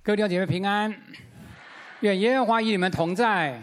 各位弟兄姐妹平安，愿耶和华与你们同在，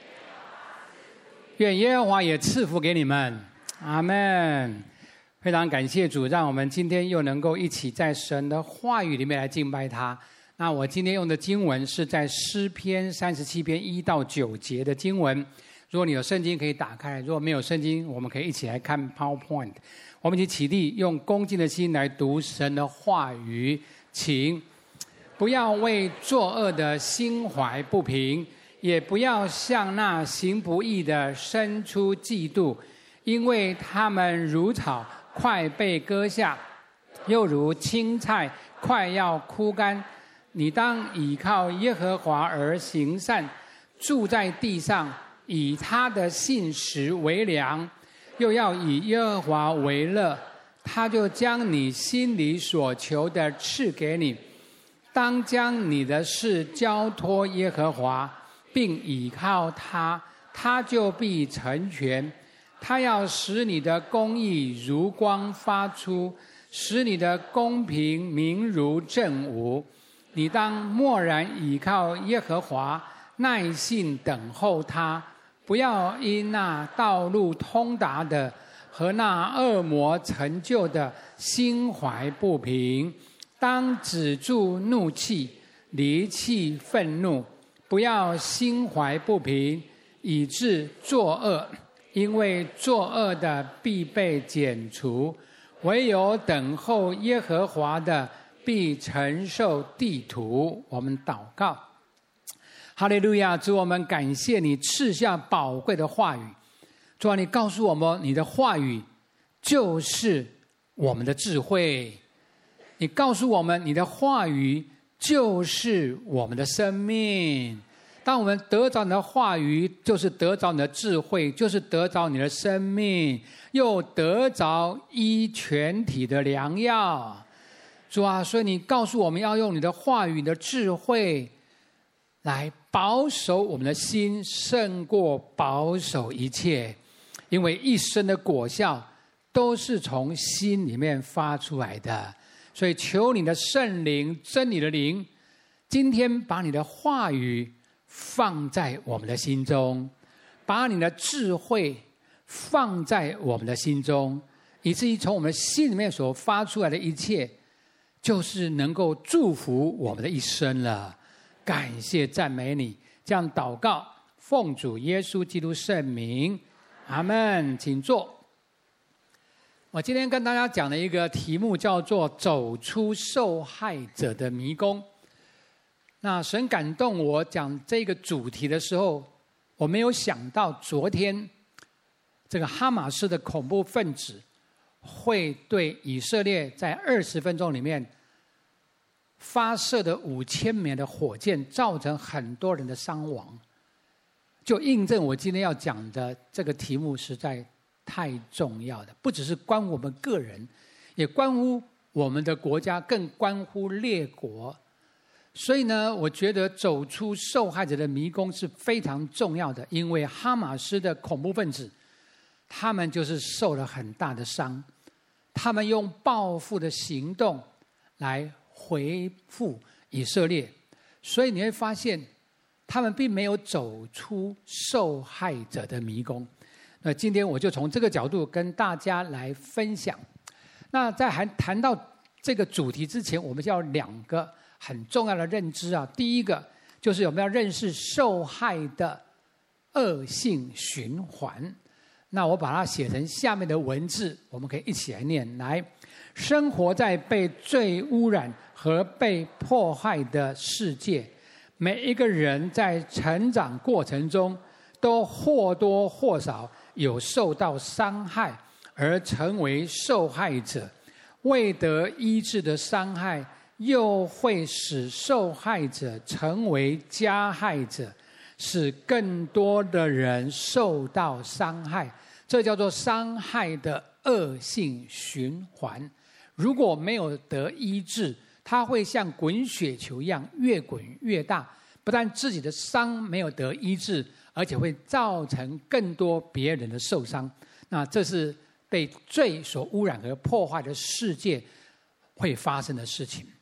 愿耶和华也赐福给你们，阿们。非常感谢主，让我们今天又能够一起在神的话语里面来敬拜他。那我今天用的经文是在诗篇37篇1到9节的经文。如果你有圣经可以打开，如果没有圣经，我们可以一起来看 PowerPoint。我们一起起立，用恭敬的心来读神的话语，请。不要为作恶的心怀不平，也不要向那行不义的生出嫉妒，因为他们如草快被割下，又如青菜快要枯干。你当倚靠耶和华而行善，住在地上，以他的信实为粮，又要以耶和华为乐，他就将你心里所求的赐给你。当将你的事交托耶和华，并倚靠他，他就必成全。他要使你的公义如光发出，使你的公平明如正午。你当默然倚靠耶和华，耐心等候他，不要因那道路通达的和那恶魔成就的心怀不平。当止住怒气，离弃愤怒，不要心怀不平，以致作恶，因为作恶的必被剪除，唯有等候耶和华的必承受地土。我们祷告。哈利路亚，主，我们感谢你赐下宝贵的话语。主啊，你告诉我们，你的话语就是我们的智慧。你告诉我们，你的话语就是我们的生命。当我们得着你的话语，就是得着你的智慧，就是得着你的生命，又得着医全体的良药。主啊，所以你告诉我们要用你的话语、你的智慧来保守我们的心，胜过保守一切。因为一生的果效都是从心里面发出来的。所以求你的圣灵，真理的灵，今天把你的话语放在我们的心中，把你的智慧放在我们的心中，以至于从我们心里面所发出来的一切，就是能够祝福我们的一生了。感谢赞美你，这样祷告，奉主耶稣基督圣名，阿们。请坐。我今天跟大家讲的一个题目叫做走出受害者的迷宫。那神感动我讲这个主题的时候，我没有想到昨天这个哈马斯的恐怖分子会对以色列在20分钟里面发射的5000枚的火箭造成很多人的伤亡，就印证我今天要讲的这个题目实在太重要的，不只是关乎我们个人，也关乎我们的国家，更关乎列国。所以呢，我觉得走出受害者的迷宫是非常重要的，因为哈马斯的恐怖分子，他们就是受了很大的伤，他们用报复的行动来回复以色列，所以你会发现，他们并没有走出受害者的迷宫。那今天我就从这个角度跟大家来分享。那在还谈到这个主题之前，我们就要2个很重要的认知啊。第一个就是我们要认识受害的恶性循环。那我把它写成下面的文字，我们可以一起来念。来，生活在被罪污染和被迫害的世界，每一个人在成长过程中都或多或少有受到伤害而成为受害者，未得医治的伤害又会使受害者成为加害者，使更多的人受到伤害，这叫做伤害的恶性循环。如果没有得医治，它会像滚雪球一样越滚越大，不但自己的伤没有得医治，而且会造成更多别人的受伤。那这是被罪所污染和破坏的世界会发生的事情。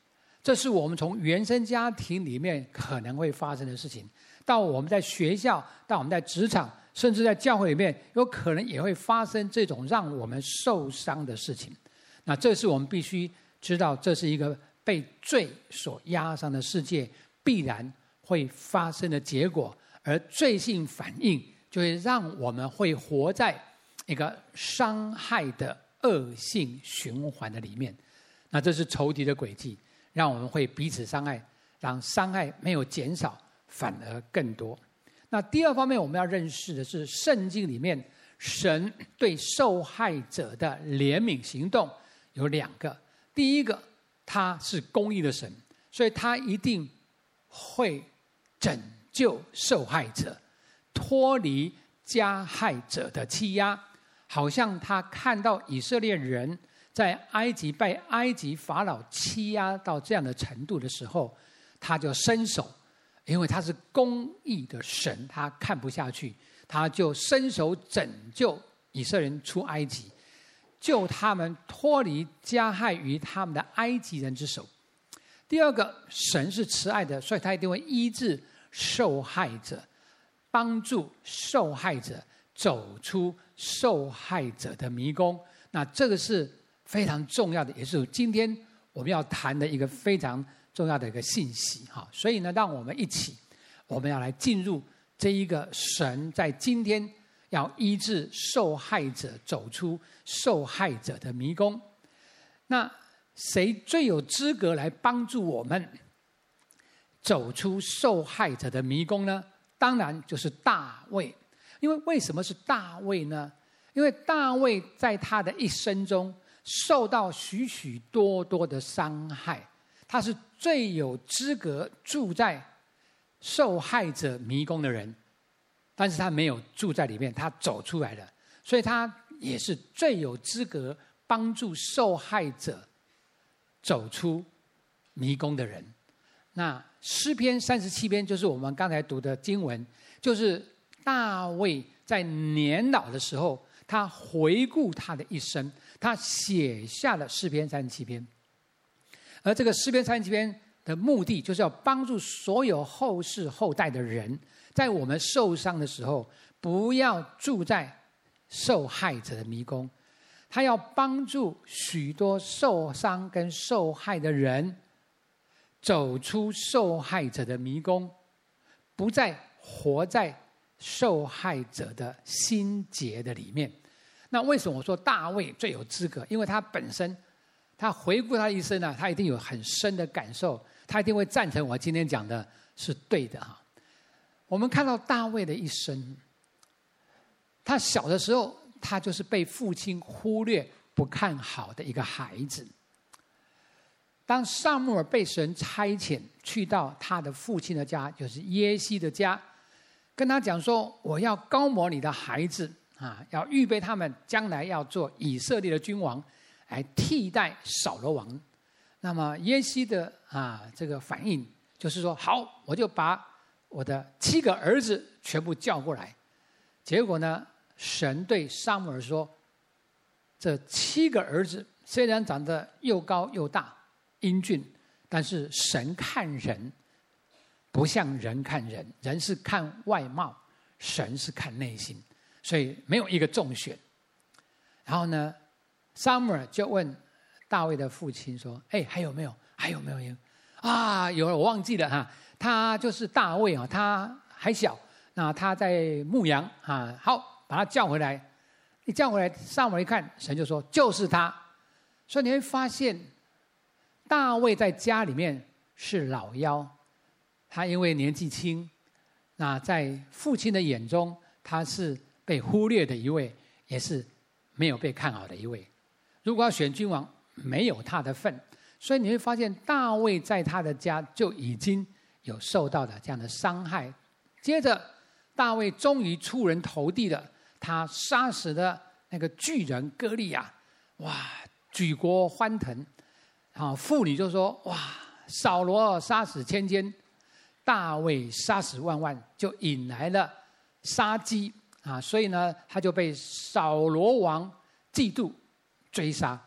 这是我们从原生家庭里面可能会发生的事情，到我们在学校，到我们在职场，甚至在教会里面，有可能也会发生这种让我们受伤的事情。那这是我们必须知道，这是一个被罪所压伤的世界必然会发生的结果，而罪性反应就会让我们会活在一个伤害的恶性循环的里面。那这是仇敌的诡计，让我们会彼此伤害，让伤害没有减少，反而更多。那第二方面我们要认识的是，圣经里面神对受害者的怜悯行动有2个。第一个，他是公义的神，所以他一定会拯救受害者，脱离加害者的欺压。好像他看到以色列人在埃及被埃及法老欺压到这样的程度的时候，他就伸手，因为他是公义的神，他看不下去，他就伸手拯救以色列人出埃及，救他们脱离加害于他们的埃及人之手。第二个，神是慈爱的，所以他一定会医治受害者，帮助受害者走出受害者的迷宫。那这个是非常重要的，也是今天我们要谈的一个非常重要的一个信息。所以呢，让我们一起，我们要来进入这一个神在今天要医治受害者，走出受害者的迷宫。那谁最有资格来帮助我们走出受害者的迷宫呢？当然就是大卫。因为为什么是大卫呢？因为大卫在他的一生中受到许许多多的伤害，他是最有资格住在受害者迷宫的人，但是他没有住在里面，他走出来了，所以他也是最有资格帮助受害者走出迷宫的人。那诗篇37篇就是我们刚才读的经文，就是大卫在年老的时候，他回顾他的一生，他写下了诗篇37篇。而这个诗篇37篇的目的，就是要帮助所有后世后代的人，在我们受伤的时候，不要住在受害者的迷宫。他要帮助许多受伤跟受害的人走出受害者的迷宫，不再活在受害者的心结的里面。那为什么我说大卫最有资格？因为他本身，他回顾他一生呢，他一定有很深的感受，他一定会赞成我今天讲的是对的哈。我们看到大卫的一生，他小的时候，他就是被父亲忽略、不看好的一个孩子。当撒母耳被神差遣去到他的父亲的家，就是耶西的家，跟他讲说：“我要高摩你的孩子啊，要预备他们将来要做以色列的君王，来替代扫罗王。”那么耶西的这个反应就是说：“好，我就把我的7个儿子全部叫过来。”结果呢，神对撒母耳说：“这7个儿子虽然长得又高又大、英俊，但是神看人不像人看人，人是看外貌，神是看内心，所以没有一个中选。”然后呢，撒母耳就问大卫的父亲说：“还有没有？还有没有？有了，我忘记了哈。他就是大卫啊，他还小，那他在牧羊啊。好，把他叫回来。一叫回来，撒母耳一看，神就说就是他。所以你会发现，大卫在家里面是老幺。他因为年纪轻，那在父亲的眼中，他是被忽略的一位，也是没有被看好的一位。如果要选君王，没有他的份。所以你会发现，大卫在他的家就已经有受到的这样的伤害。接着，大卫终于出人头地了，他杀死了那个巨人歌利亚，哇，举国欢腾。妇女就说：“哇，扫罗杀死千千，大卫杀死万万，就引来了杀机啊！所以呢，他就被扫罗王嫉妒追杀。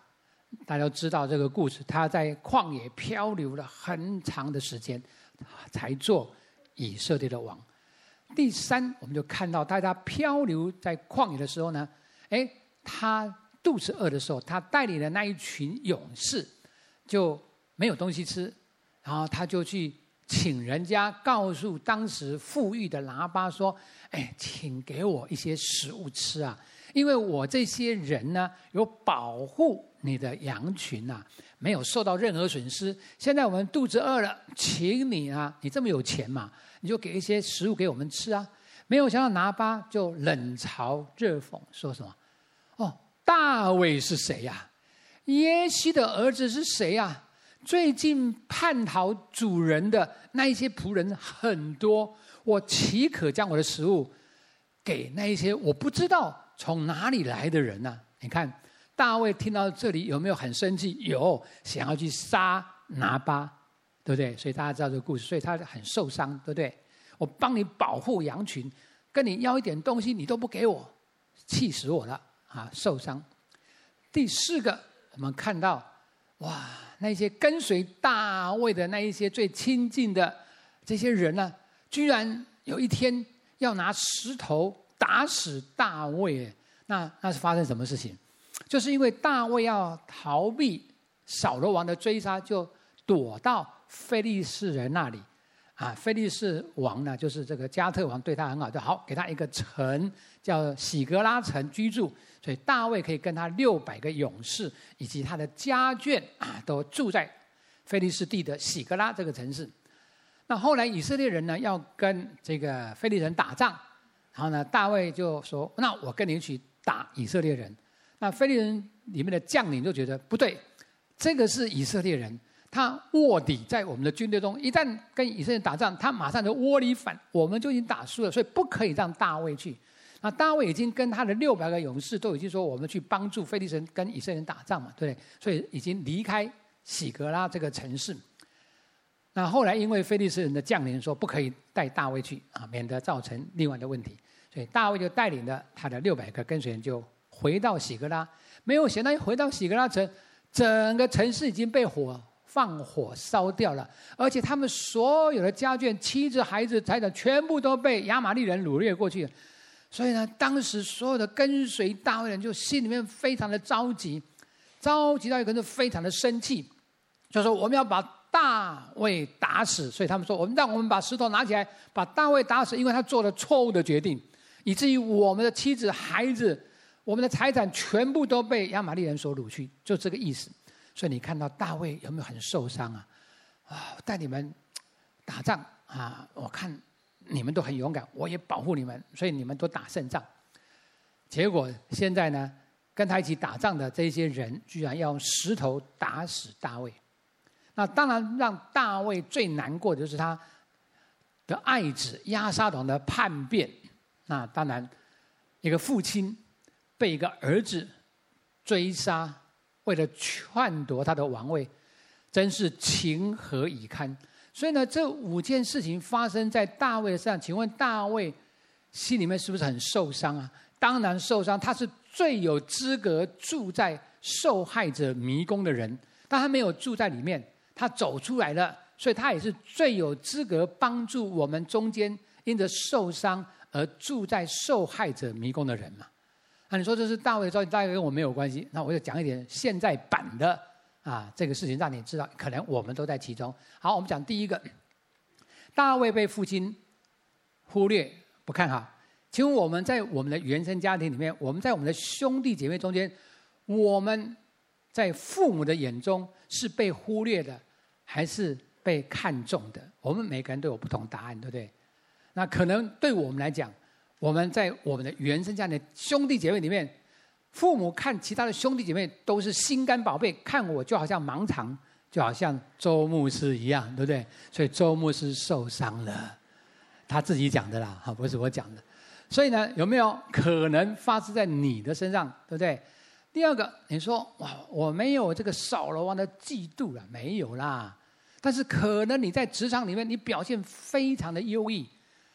大家都知道这个故事，他在旷野漂流了很长的时间，才做以色列的王。第三，我们就看到大家漂流在旷野的时候呢，他肚子饿的时候，他带领的那一群勇士就没有东西吃，然后他就去请人家告诉当时富裕的拿巴说：“请给我一些食物吃啊，因为我这些人呢有保护你的羊群啊，没有受到任何损失。现在我们肚子饿了，请你啊，你这么有钱嘛，你就给一些食物给我们吃啊。”没有想到拿巴就冷嘲热讽，说什么：“大卫是谁呀？耶西的儿子是谁呀？最近叛逃主人的那一些仆人很多，我岂可将我的食物给那一些我不知道从哪里来的人呢？”你看大卫听到这里有没有很生气？有，想要去杀拿巴，对不对？所以大家知道这个故事，所以他很受伤，对不对？我帮你保护羊群，跟你要一点东西你都不给我，气死我了啊！受伤。第四个，我们看到那些跟随大卫的那一些最亲近的这些人呢，居然有一天要拿石头打死大卫。那是发生什么事情？就是因为大卫要逃避扫罗王的追杀，就躲到非利士人那里。非利士王呢，就是这个加特王对他很好，就好给他一个城叫喜格拉城居住，所以大卫可以跟他600个勇士以及他的家眷都住在非利士地的喜格拉这个城市。那后来以色列人呢要跟这个非利士人打仗，然后呢大卫就说：“那我跟你一起打以色列人。”那非利士人里面的将领就觉得不对，这个是以色列人。他卧底在我们的军队中，一旦跟以色列人打仗，他马上就窝里反，我们就已经打输了，所以不可以让大卫去。那大卫已经跟他的600个勇士都已经说，我们去帮助非利士人跟以色列人打仗嘛，对不对？所以已经离开喜格拉这个城市。那后来因为非利士人的将领说不可以带大卫去免得造成另外的问题，所以大卫就带领了他的600个跟随人就回到喜格拉。没有想到回到喜格拉城，整个城市已经被放火烧掉了，而且他们所有的家眷、妻子、孩子、财产全部都被亚玛力人掳掠过去了。所以呢，当时所有的跟随大卫人就心里面非常的着急到一个就非常的生气，就说我们要把大卫打死。所以他们说，让我们把石头拿起来把大卫打死，因为他做了错误的决定，以至于我们的妻子、孩子、我们的财产全部都被亚玛力人所掳去，就这个意思。所以你看到大卫有没有很受伤带你们打仗我看你们都很勇敢，我也保护你们，所以你们都打胜仗。结果现在呢，跟他一起打仗的这些人居然要用石头打死大卫。那当然让大卫最难过的就是他的爱子押沙龙的叛变。那当然一个父亲被一个儿子追杀，为了篡夺他的王位，真是情何以堪。所以呢，这5件事情发生在大卫身上，请问大卫心里面是不是很受伤啊？当然受伤，他是最有资格住在受害者迷宫的人，但他没有住在里面，他走出来了，所以他也是最有资格帮助我们中间因着受伤而住在受害者迷宫的人嘛。那你说这是大卫的遭遇，大概跟我没有关系。那我就讲一点现在版的这个事情，让你知道，可能我们都在其中。好，我们讲第一个，大卫被父亲忽略不看好。请问我们在我们的原生家庭里面，我们在我们的兄弟姐妹中间，我们在父母的眼中是被忽略的，还是被看重的？我们每个人都有不同答案，对不对？那可能对我们来讲，我们在我们的原生家庭兄弟姐妹里面，父母看其他的兄弟姐妹都是心肝宝贝，看我就好像盲肠，就好像周牧师一样，对不对？所以周牧师受伤了，他自己讲的啦，不是我讲的。所以呢，有没有可能发生在你的身上，对不对？第二个，你说我没有这个扫罗王的嫉妒啦，没有啦。但是可能你在职场里面，你表现非常的优异。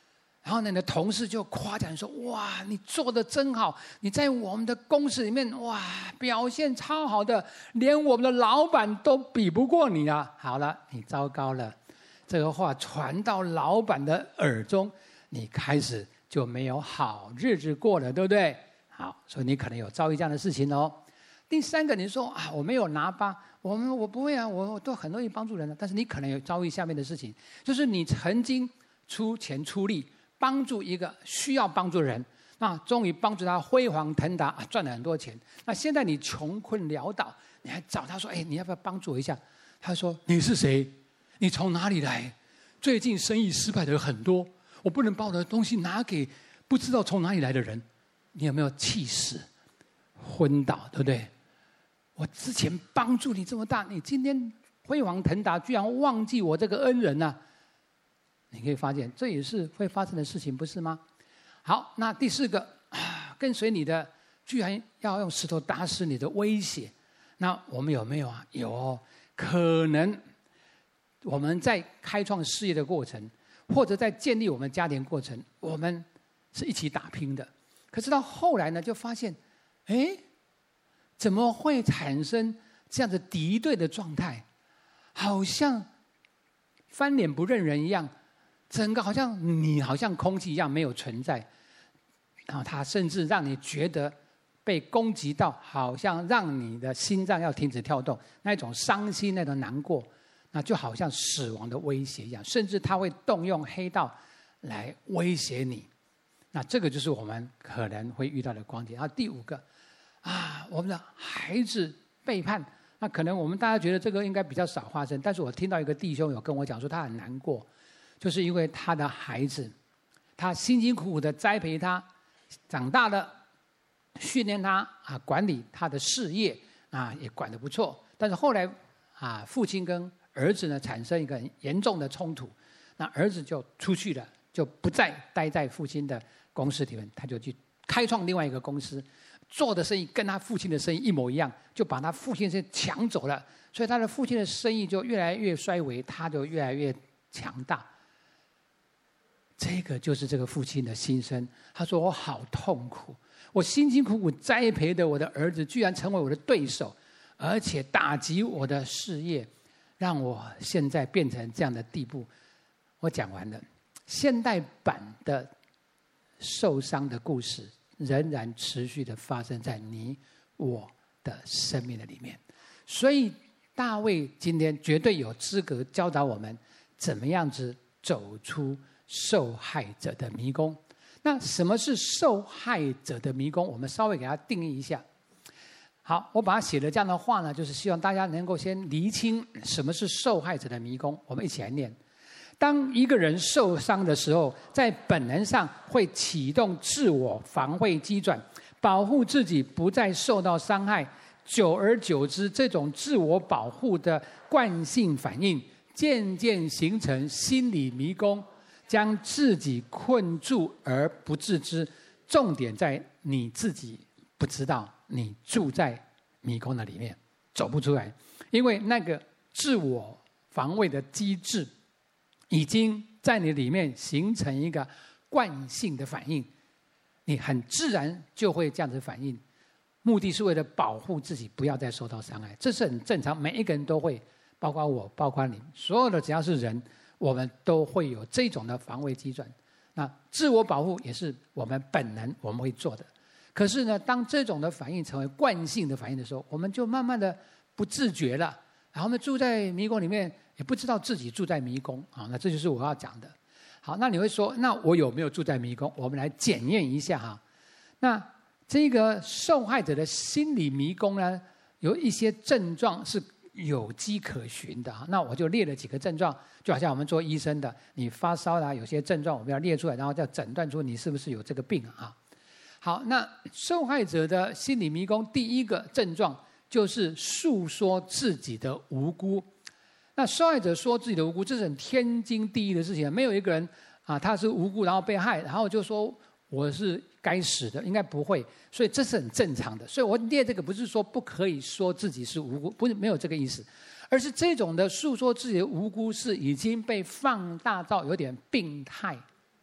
然后呢，你的同事就夸奖说：“哇，你做得真好！你在我们的公司里面，哇，表现超好的，连我们的老板都比不过你啊！”好了，你糟糕了，这个话传到老板的耳中，你开始就没有好日子过了，对不对？好，所以你可能有遭遇这样的事情哦。第三个，你说啊，我没有拿吧，我不会啊，我都很乐意帮助人的，但是你可能有遭遇下面的事情，就是你曾经出钱出力。帮助一个需要帮助的人，那终于帮助他辉煌腾达，赚了很多钱。那现在你穷困潦倒，你还找他说：“哎，你要不要帮助我一下？”他说：“你是谁？你从哪里来？最近生意失败的很多，我不能把我的东西拿给不知道从哪里来的人。”你有没有气死、昏倒，对不对？我之前帮助你这么大，你今天辉煌腾达，居然忘记我这个恩人啊！你可以发现，这也是会发生的事情，不是吗？好，那第四个，跟随你的居然要用石头打死你的威胁，那我们有没有啊？有哦，可能我们在开创事业的过程，或者在建立我们家庭过程，我们是一起打拼的。可是到后来呢，就发现，哎，怎么会产生这样的敌对的状态？好像翻脸不认人一样。整个好像你好像空气一样没有存在，然后它甚至让你觉得被攻击到，好像让你的心脏要停止跳动，那种伤心、那种难过，那就好像死亡的威胁一样，甚至他会动用黑道来威胁你。那这个就是我们可能会遇到的光景。然后第五个，我们的孩子背叛，那可能我们大家觉得这个应该比较少发生，但是我听到一个弟兄有跟我讲说，他很难过。就是因为他的孩子，他辛辛苦苦的栽培他，长大了，训练他管理他的事业也管得不错。但是后来父亲跟儿子呢产生一个很严重的冲突，那儿子就出去了，就不再待在父亲的公司里面，他就去开创另外一个公司，做的生意跟他父亲的生意一模一样，就把他父亲是抢走了，所以他的父亲的生意就越来越衰微，他就越来越强大。这个就是这个父亲的心声。他说：“我好痛苦，我辛辛苦苦栽培的我的儿子，居然成为我的对手，而且打击我的事业，让我现在变成这样的地步。”我讲完了。现代版的受伤的故事，仍然持续的发生在你我的生命的里面。所以大卫今天绝对有资格教导我们，怎么样子走出受害者的迷宫。那什么是受害者的迷宫？我们稍微给它定义一下。好，我把它写了这样的话呢，就是希望大家能够先厘清什么是受害者的迷宫。我们一起来念：当一个人受伤的时候，在本能上会启动自我防卫机转，保护自己不再受到伤害。久而久之，这种自我保护的惯性反应渐渐形成心理迷宫，将自己困住而不自知。重点在你自己不知道你住在迷宫的里面，走不出来，因为那个自我防卫的机制已经在你里面形成一个惯性的反应，你很自然就会这样子反应，目的是为了保护自己不要再受到伤害。这是很正常，每一个人都会，包括我，包括你，所有的只要是人，我们都会有这种的防卫机转。那自我保护也是我们本能我们会做的。可是呢，当这种的反应成为惯性的反应的时候，我们就慢慢的不自觉了，然后呢住在迷宫里面，也不知道自己住在迷宫。好，那这就是我要讲的。好，那你会说，那我有没有住在迷宫？我们来检验一下哈。那这个受害者的心理迷宫呢，有一些症状是有迹可循的。那我就列了几个症状，就好像我们做医生的，你发烧啦，有些症状我们要列出来，然后要诊断出你是不是有这个病啊。好，那受害者的心理迷宫第一个症状就是诉说自己的无辜。那受害者说自己的无辜，这是很天经地义的事情，没有一个人他是无辜然后被害，然后就说我是该死的，应该不会，所以这是很正常的。所以我列这个不是说不可以说自己是无辜，不是，没有这个意思，而是这种的诉说自己的无辜是已经被放大到有点病态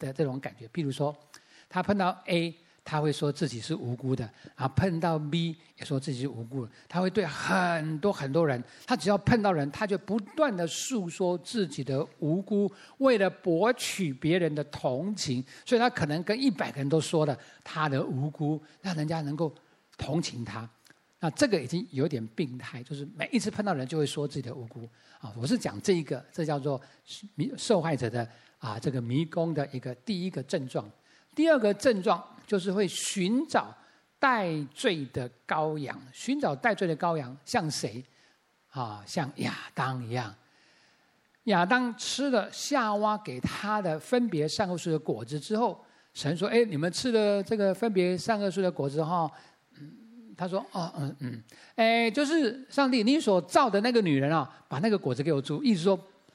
的这种感觉。比如说，他碰到 A， 他会说自己是无辜的，然后碰到 B 也说自己是无辜的。他会对很多人，他只要碰到人，他就不断的诉说自己的无辜，为了博取别人的同情，所以他可能跟100个人都说了他的无辜，让人家能够同情他。那这个已经有点病态，就是每一次碰到人就会说自己的无辜啊。我是讲这叫做受害者的这个迷宫的一个第一个症状。第二个症状就是会寻找代罪的羔羊，寻找代罪的羔羊，像谁像亚当一样。亚当吃了夏娃给他的分别善恶树的果子之后，神说：“你们吃了这个分别善恶树的果子哈。”他说：“就是上帝，你所造的那个女人把那个果子给我吃，意思说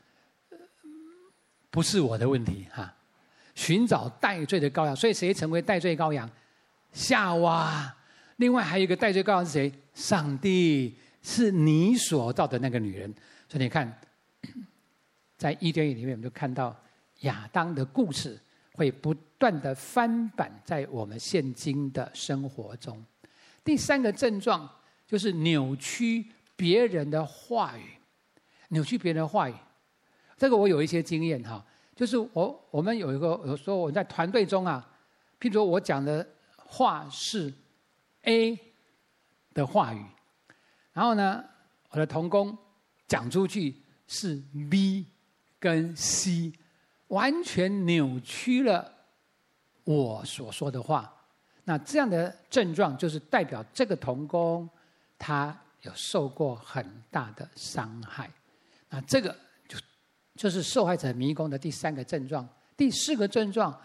不是我的问题哈。寻找代罪的羔羊，所以谁成为代罪羔羊？夏娃。另外还有一个代罪羔羊是谁？上帝，是你所造的那个女人。所以你看，在伊甸园里面，我们就看到亚当的故事会不断的翻版在我们现今的生活中。第三个症状就是扭曲别人的话语，扭曲别人的话语。这个我有一些经验哈，就是我们有时候我在团队中譬如说我讲的话是 A 的话语，然后呢，我的同工讲出去是 B 跟 C， 完全扭曲了我所说的话。那这样的症状就是代表这个同工他有受过很大的伤害。那这个就是受害者迷宫的第三个症状。第四个症状，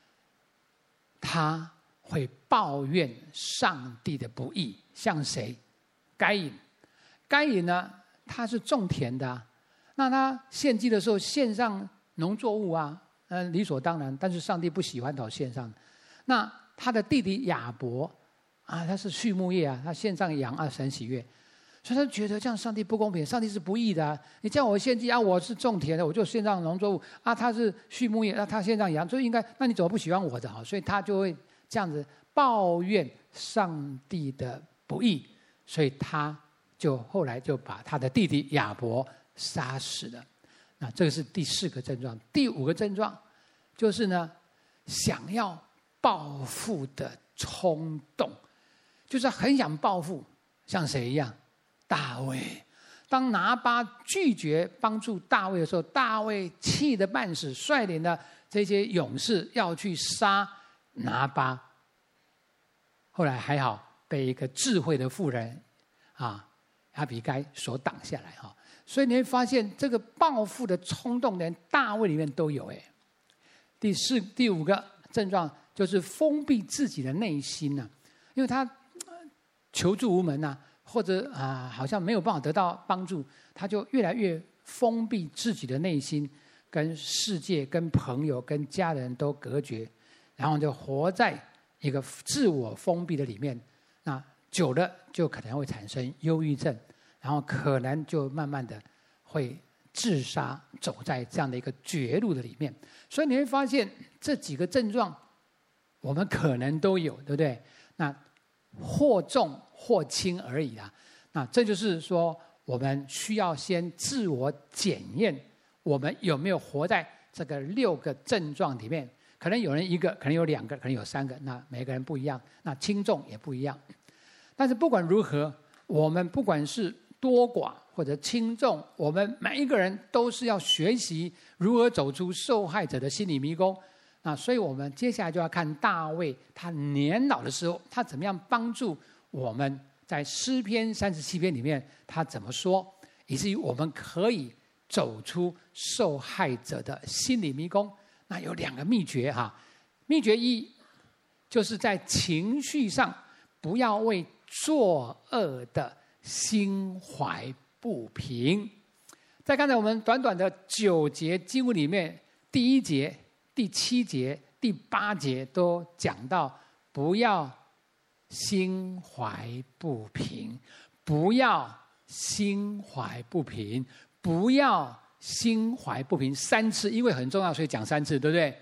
他会抱怨上帝的不义，像谁？该隐。该隐呢，他是种田的那他献祭的时候献上农作物理所当然，但是上帝不喜欢讨献上。那他的弟弟亚伯他是畜牧业他献上羊神喜悦，所以他觉得这样上帝不公平，上帝是不义的你叫我献祭我是种田的，我就献上农作物他是畜牧业他献上羊，就应该，那你怎么不喜欢我的所以他就会这样子抱怨上帝的不义，所以他就后来就把他的弟弟亚伯杀死了。那这个是第四个症状。第五个症状就是呢，想要报复的冲动，就是很想报复，像谁一样？大卫。当拿巴拒绝帮助大卫的时候，大卫气得半死，率领了这些勇士要去杀拿巴。后来还好被一个智慧的妇人亚比该所挡下来所以你会发现这个报复的冲动连大卫里面都有第五个症状就是封闭自己的内心因为他求助无门或者好像没有办法得到帮助，他就越来越封闭自己的内心，跟世界、跟朋友、跟家人都隔绝，然后就活在一个自我封闭的里面。那久了就可能会产生忧郁症，然后可能就慢慢的会自杀，走在这样的一个绝路的里面。所以你会发现这几个症状我们可能都有，对不对？那或重或轻而已那这就是说我们需要先自我检验我们有没有活在这个6个症状里面。可能有人1个，可能有2个，可能有3个，那每个人不一样，那轻重也不一样。但是不管如何，我们不管是多寡或者轻重，我们每一个人都是要学习如何走出受害者的心理迷宫。那所以我们接下来就要看大卫他年老的时候，他怎么样帮助我们在诗篇37篇里面他怎么说，以至于我们可以走出受害者的心理迷宫。那有2个秘诀秘诀1就是在情绪上不要为作恶的心怀不平。在刚才我们短短的9节经文里面，第1节、第7节、第8节都讲到不要心怀不平，不要心怀不平，不要心怀不平3次，因为很重要，所以讲3次，对不对？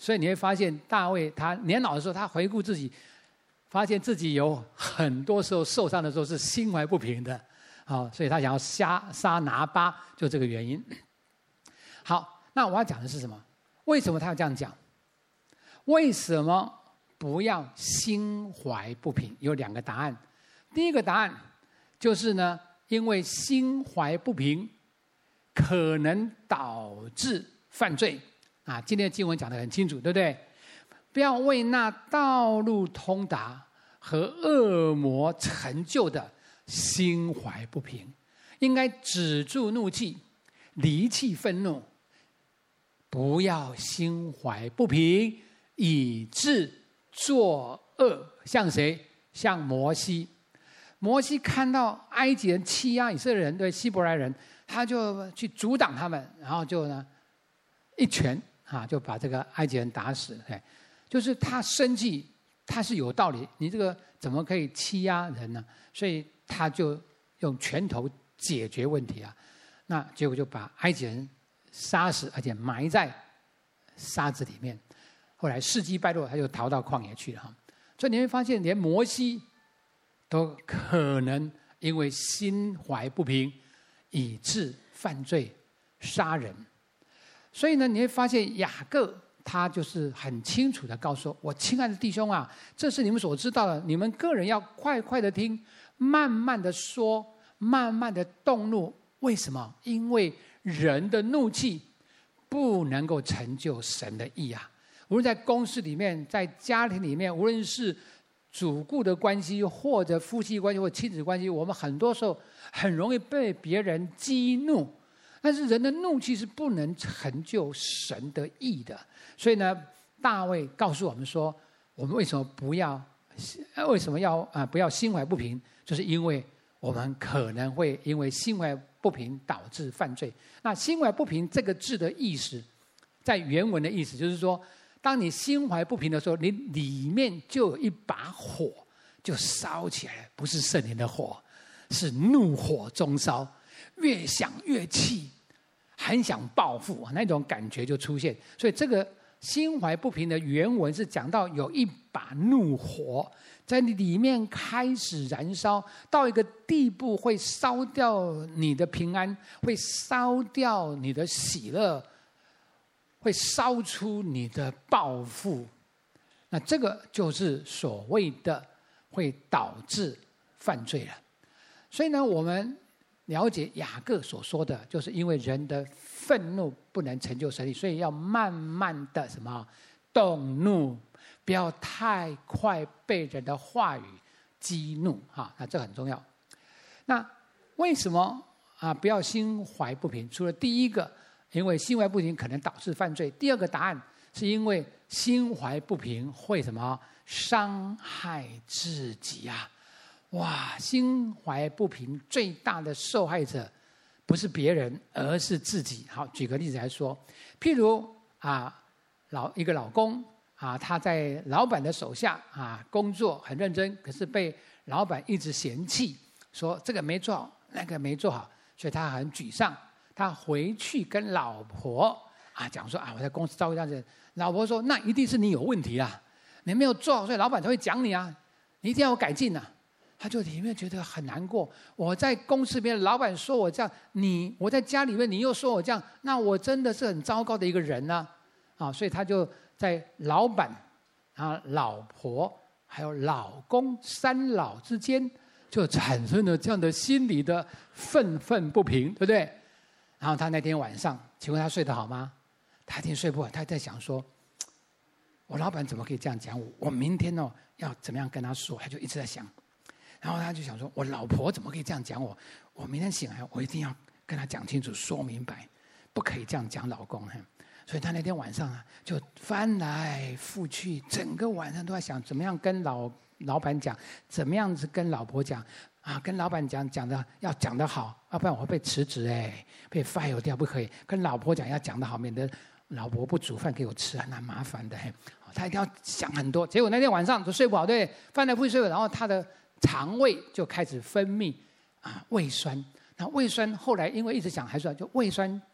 所以你会发现大卫他年老的时候，他回顾自己，发现自己有很多时候受伤的时候是心怀不平的，所以他想要杀拿巴，就这个原因。好，那我要讲的是什么？为什么他要这样讲？为什么不要心怀不平？有2个答案。第一个答案就是呢，因为心怀不平可能导致犯罪。今天的经文讲得很清楚，对不对？不要为那道路通达和恶魔成就的心怀不平，应该止住怒气，离弃愤怒，不要心怀不平，以致作恶。像谁？像摩西。摩西看到埃及人欺压以色列人，对希伯来人，他就去阻挡他们，然后就呢一拳就把这个埃及人打死。就是他生气，他是有道理，你这个怎么可以欺压人呢？所以他就用拳头解决问题啊。那结果就把埃及人杀死，而且埋在沙子里面。后来事迹败露，他就逃到旷野去了。所以你会发现，连摩西都可能因为心怀不平，以致犯罪杀人。所以呢，你会发现雅各他就是很清楚的告诉我，亲爱的弟兄啊，这是你们所知道的，你们个人要快快的听，慢慢的说，慢慢的动怒。为什么？因为人的怒气不能够成就神的义啊！无论在公司里面，在家庭里面，无论是主顾的关系，或者夫妻关系，或亲子关系，我们很多时候很容易被别人激怒。但是人的怒气是不能成就神的义的，所以呢，大卫告诉我们说，我们为什么要不要心怀不平？就是因为我们可能会因为心怀不平导致犯罪。那心怀不平这个字的意思，在原文的意思就是说，当你心怀不平的时候，你里面就有一把火就烧起来了，不是圣灵的火，是怒火中烧，越想越气，很想报复，那种感觉就出现。所以这个心怀不平的原文是讲到有一把怒火在你里面开始燃烧，到一个地步会烧掉你的平安，会烧掉你的喜乐，会烧出你的报复。那这个就是所谓的会导致犯罪了。所以呢，我们了解雅各所说的，就是因为人的愤怒不能成就神力，所以要慢慢的动怒，不要太快被人的话语激怒那这很重要。那为什么不要心怀不平？除了第一个，因为心怀不平可能导致犯罪；第二个答案是因为心怀不平会伤害自己啊！哇，心怀不平最大的受害者不是别人，而是自己。好，举个例子来说，譬如一个老公他在老板的手下工作很认真，可是被老板一直嫌弃，说这个没做好，那个没做好，所以他很沮丧。他回去跟老婆讲说我在公司遭遇这样子，老婆说那一定是你有问题啦，你没有做好，所以老板才会讲你啊，你一定要有改进啊。他就里面觉得很难过，我在公司里面老板说我这样，我在家里面你又说我这样，那我真的是很糟糕的一个人呢所以他就在老板老婆还有老公三老之间就产生了这样的心理的愤愤不平，对不对？然后他那天晚上，请问他睡得好吗？他一定睡不好，他在想说，我老板怎么可以这样讲我？我明天要怎么样跟他说？他就一直在想。然后他就想说，我老婆怎么可以这样讲我？我明天醒来，我一定要跟他讲清楚、说明白，不可以这样讲老公。所以他那天晚上就翻来覆去，整个晚上都在想怎么样跟老板讲，怎么样子跟老婆讲跟老板讲的要讲得好，要不然我会被辞职被 fire 掉，不可以。跟老婆讲要讲得好，免得老婆不煮饭给我吃那麻烦的他一定要想很多。结果那天晚上就睡不好，对，翻来覆去睡不好，然后他的肠胃就开始分泌胃酸。那胃酸后来因为一直想还是就胃酸就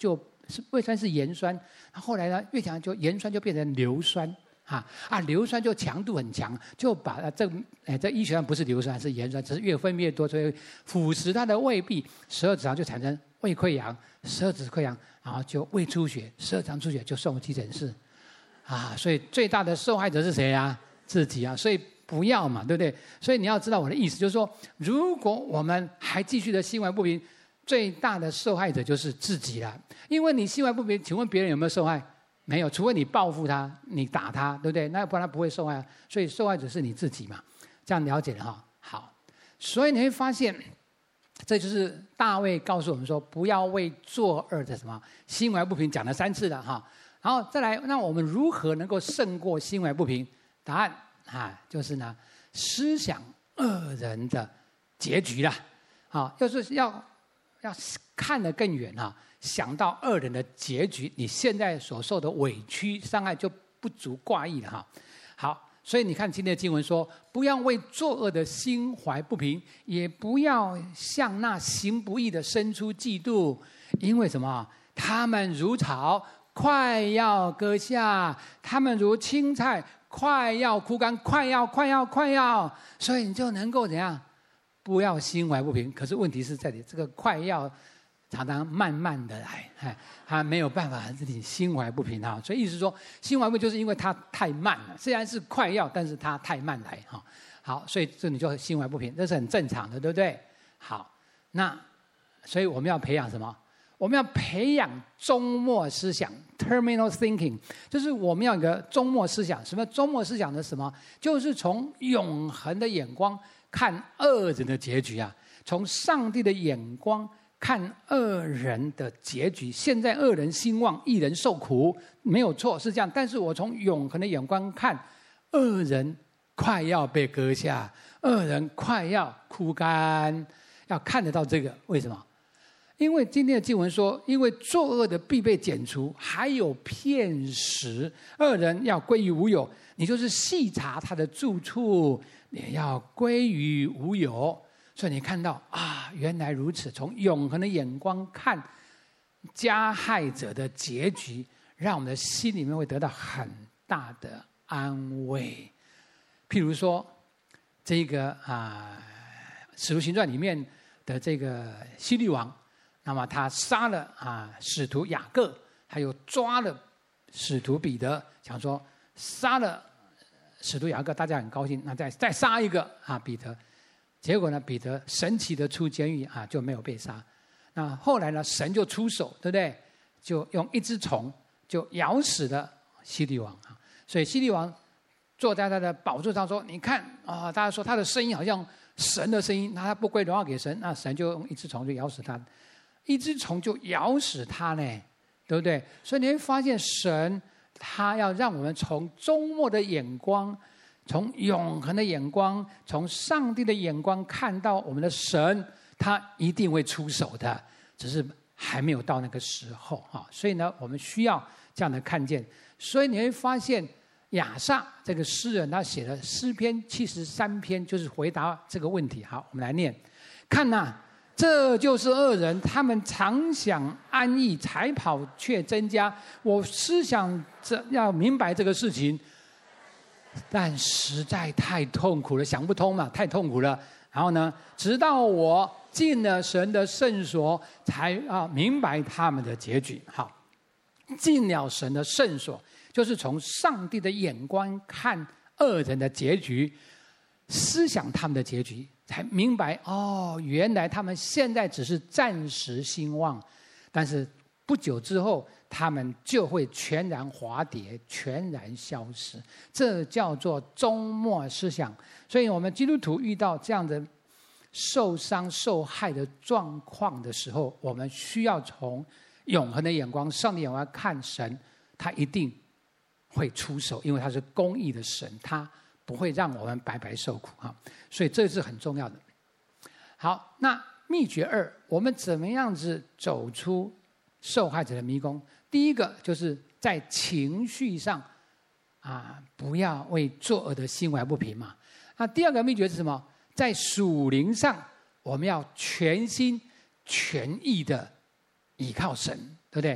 胃酸是盐酸，后来呢越强就盐酸就变成硫酸。硫酸就强度很强，就把这医学上不是硫酸是盐酸，只是越分越多，所以腐蚀它的胃壁，12指肠就产生胃溃疡，12指溃疡，然后就胃出血，12指肠出血就送急诊室，所以最大的受害者是谁啊？自己啊，所以不要嘛，对不对？所以你要知道我的意思，就是说，如果我们还继续的心怀不平，最大的受害者就是自己了，因为你心怀不平，请问别人有没有受害？没有，除非你报复他，你打他，对不对？那不然他不会受害啊。所以受害者是你自己嘛，这样了解了哈。好，所以你会发现，这就是大卫告诉我们说，不要为作恶的什么心怀不平，讲了3次了哈。然后再来，那我们如何能够胜过心怀不平？答案就是呢，思想恶人的结局啦。就是要看得更远啊。想到恶人的结局，你现在所受的委屈伤害就不足挂意了哈。好，所以你看今天的经文说，不要为作恶的心怀不平，也不要向那行不义的生出嫉妒，因为什么？他们如草，快要割下；他们如青菜，快要枯干，快要，所以你就能够怎样？不要心怀不平。可是问题是在这个快要。常常慢慢的来，他没有办法自己心怀不平哈，所以意思说心怀不平就是因为他太慢了，虽然是快要，但是他太慢来哈。好，所以这你就心怀不平，这是很正常的，对不对？好，那所以我们要培养什么？我们要培养终末思想 （terminal thinking）， 就是我们要有一个终末思想。什么终末思想的什么？就是从永恒的眼光看恶人的结局啊，从上帝的眼光。看恶人的结局，现在恶人兴旺，义人受苦，没有错，是这样。但是我从永恒的眼光看，恶人快要被割下，恶人快要枯干，要看得到这个。为什么？因为今天的经文说，因为作恶的必被剪除，还有片时，恶人要归于无有。你就是细查他的住处，也要归于无有。所以你看到原来如此，从永恒的眼光看加害者的结局，让我们的心里面会得到很大的安慰。譬如说，这个使徒行传里面的这个希律王，那么他杀了使徒雅各，还有抓了使徒彼得，想说杀了使徒雅各，大家很高兴，那再杀一个彼得。结果呢，彼得神奇的出监狱就没有被杀。那后来呢，神就出手，对不对？就用一只虫就咬死了希律王所以希律王坐在他的宝座上说：“你看大家说他的声音好像神的声音，那他不归荣耀给神，那神就用一只虫就咬死他，一只虫就咬死他呢，对不对？所以你会发现，神他要让我们从终末的眼光。”从永恒的眼光，从上帝的眼光看到我们的神，他一定会出手的，只是还没有到那个时候所以呢，我们需要这样的看见。所以你会发现，亚萨这个诗人他写了诗篇73篇，就是回答这个问题。好，我们来念：看这就是恶人，他们常想安逸，财跑却增加。我思想要明白这个事情。但实在太痛苦了，想不通嘛，太痛苦了。然后呢，直到我进了神的圣所，才明白他们的结局。好，进了神的圣所，就是从上帝的眼光看恶人的结局，思想他们的结局，才明白原来他们现在只是暂时兴旺，但是不久之后。他们就会全然滑跌，全然消失，这叫做终末思想。所以我们基督徒遇到这样的受伤受害的状况的时候，我们需要从永恒的眼光、上帝眼光看神，他一定会出手，因为他是公义的神，他不会让我们白白受苦所以这是很重要的。好，那秘诀2，我们怎么样子走出受害者的迷宫？第一个就是在情绪上不要为作恶的心怀不平嘛。那第二个秘诀是什么？在属灵上，我们要全心全意的倚靠神，对不对？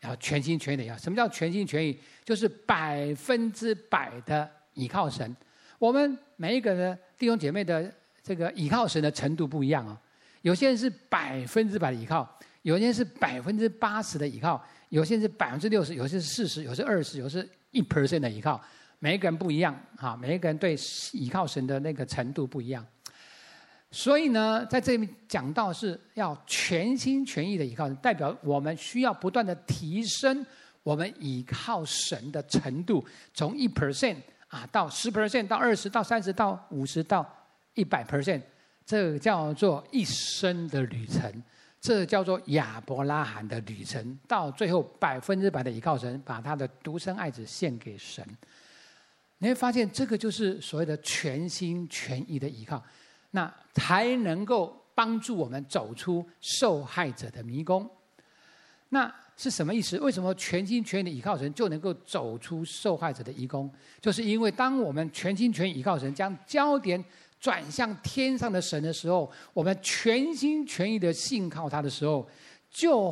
要全心全意的要。什么叫全心全意？就是100%的倚靠神。我们每一个的弟兄姐妹的这个倚靠神的程度不一样哦。有些人是100%的倚靠，有些人是80%的倚靠，有些人是60%，有些是40%，有些是20%，有些是1% 的倚靠。每一个人不一样哈，每一个人对倚靠神的那个程度不一样。所以呢，在这里讲到是要全心全意的倚靠神，代表我们需要不断的提升我们倚靠神的程度，从1%到10%到20%到30%到50%到100%，这叫做一生的旅程，这叫做亚伯拉罕的旅程，到最后100%的倚靠神，把他的独生爱子献给神。你会发现，这个就是所谓的全心全意的倚靠。那才能够帮助我们走出受害者的迷宫。那是什么意思？为什么全心全意的倚靠神就能够走出受害者的迷宫？就是因为当我们全心全意倚靠神，将焦点转向天上的神的时候，我们全心全意的信靠他的时候，就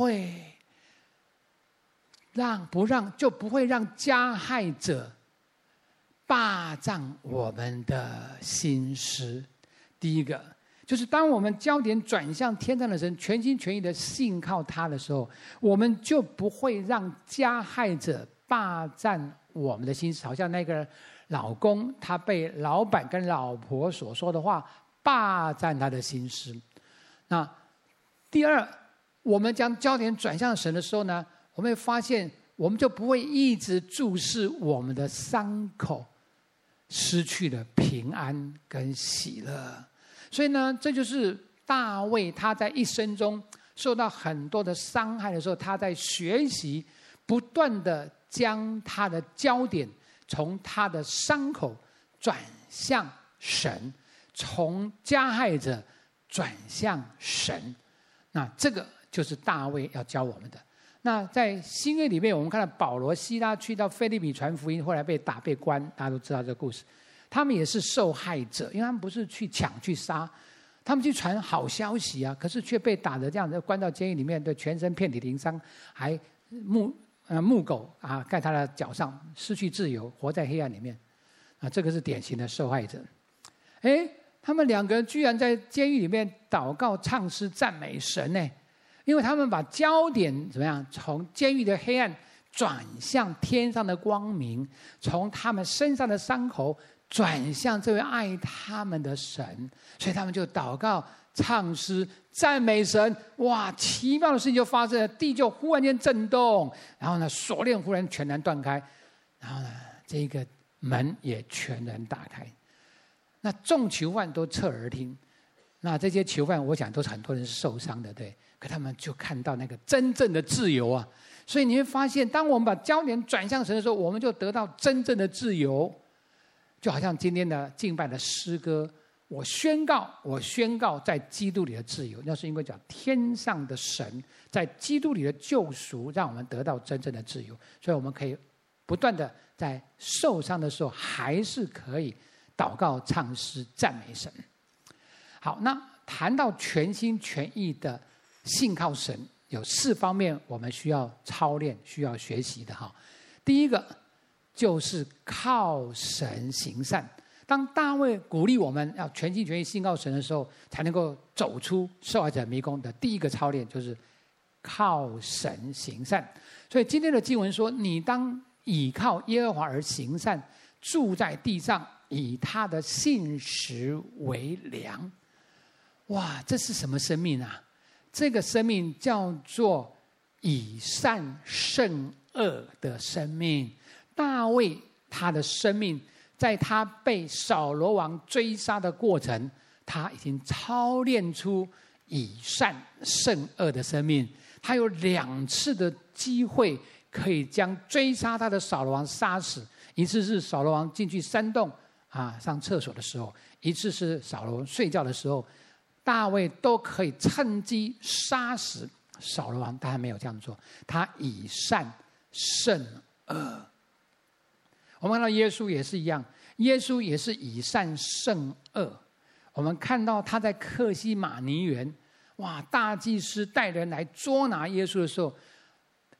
不会让加害者霸占我们的心思。第一个就是当我们焦点转向天上的神，全心全意的信靠他的时候，我们就不会让加害者霸占我们的心思。好像那个老公他被老板跟老婆所说的话霸占他的心思。那第二，我们将焦点转向神的时候呢，我们会发现我们就不会一直注视我们的伤口，失去了平安跟喜乐。所以呢，这就是大卫他在一生中受到很多的伤害的时候，他在学习不断的将他的焦点从他的伤口转向神，从加害者转向神。那这个就是大卫要教我们的。那在新约里面，我们看到保罗、西拉去到腓立比传福音，后来被打被关，大家都知道这个故事。他们也是受害者，因为他们不是去抢去杀，他们去传好消息啊，可是却被打得这样子，关到监狱里面，对，全身遍体鳞伤，还木狗盖他的脚上，失去自由，活在黑暗里面。这个是典型的受害者。他们两个人居然在监狱里面祷告、唱诗、赞美神呢，因为他们把焦点怎么样，从监狱的黑暗转向天上的光明，从他们身上的伤口转向这位爱他们的神，所以他们就祷告、唱诗、赞美神。哇，奇妙的事情就发生了，地就忽然间震动，然后呢，锁链忽然全然断开，然后呢，这个门也全然打开。那众囚犯都侧耳听，那这些囚犯，我想都是很多人是受伤的，对，可他们就看到那个真正的自由啊。所以你会发现，当我们把焦点转向神的时候，我们就得到真正的自由。就好像今天的敬拜的诗歌，我宣告在基督里的自由，那是因为讲天上的神在基督里的救赎，让我们得到真正的自由。所以我们可以不断的在受伤的时候，还是可以祷告、唱诗、赞美神。好，那谈到全心全意的信靠神，有4方面我们需要操练、需要学习的哈。第一个就是靠神行善。当大卫鼓励我们要全心全意信靠神的时候，才能够走出受害者迷宫的第一个操练就是靠神行善。所以今天的经文说，你当倚靠耶和华而行善，住在地上，以他的信实为粮。哇，这是什么生命啊？这个生命叫做以善胜恶的生命。大卫他的生命，在他被扫罗王追杀的过程，他已经操练出以善胜恶的生命。他有2次的机会可以将追杀他的扫罗王杀死，一次是扫罗王进去山洞上厕所的时候，一次是扫罗王睡觉的时候，大卫都可以趁机杀死扫罗王，但他没有这样做，他以善胜恶。我们看到耶稣也是一样，耶稣也是以善胜恶。我们看到他在客西马尼园，哇，大祭司带人来捉拿耶稣的时候，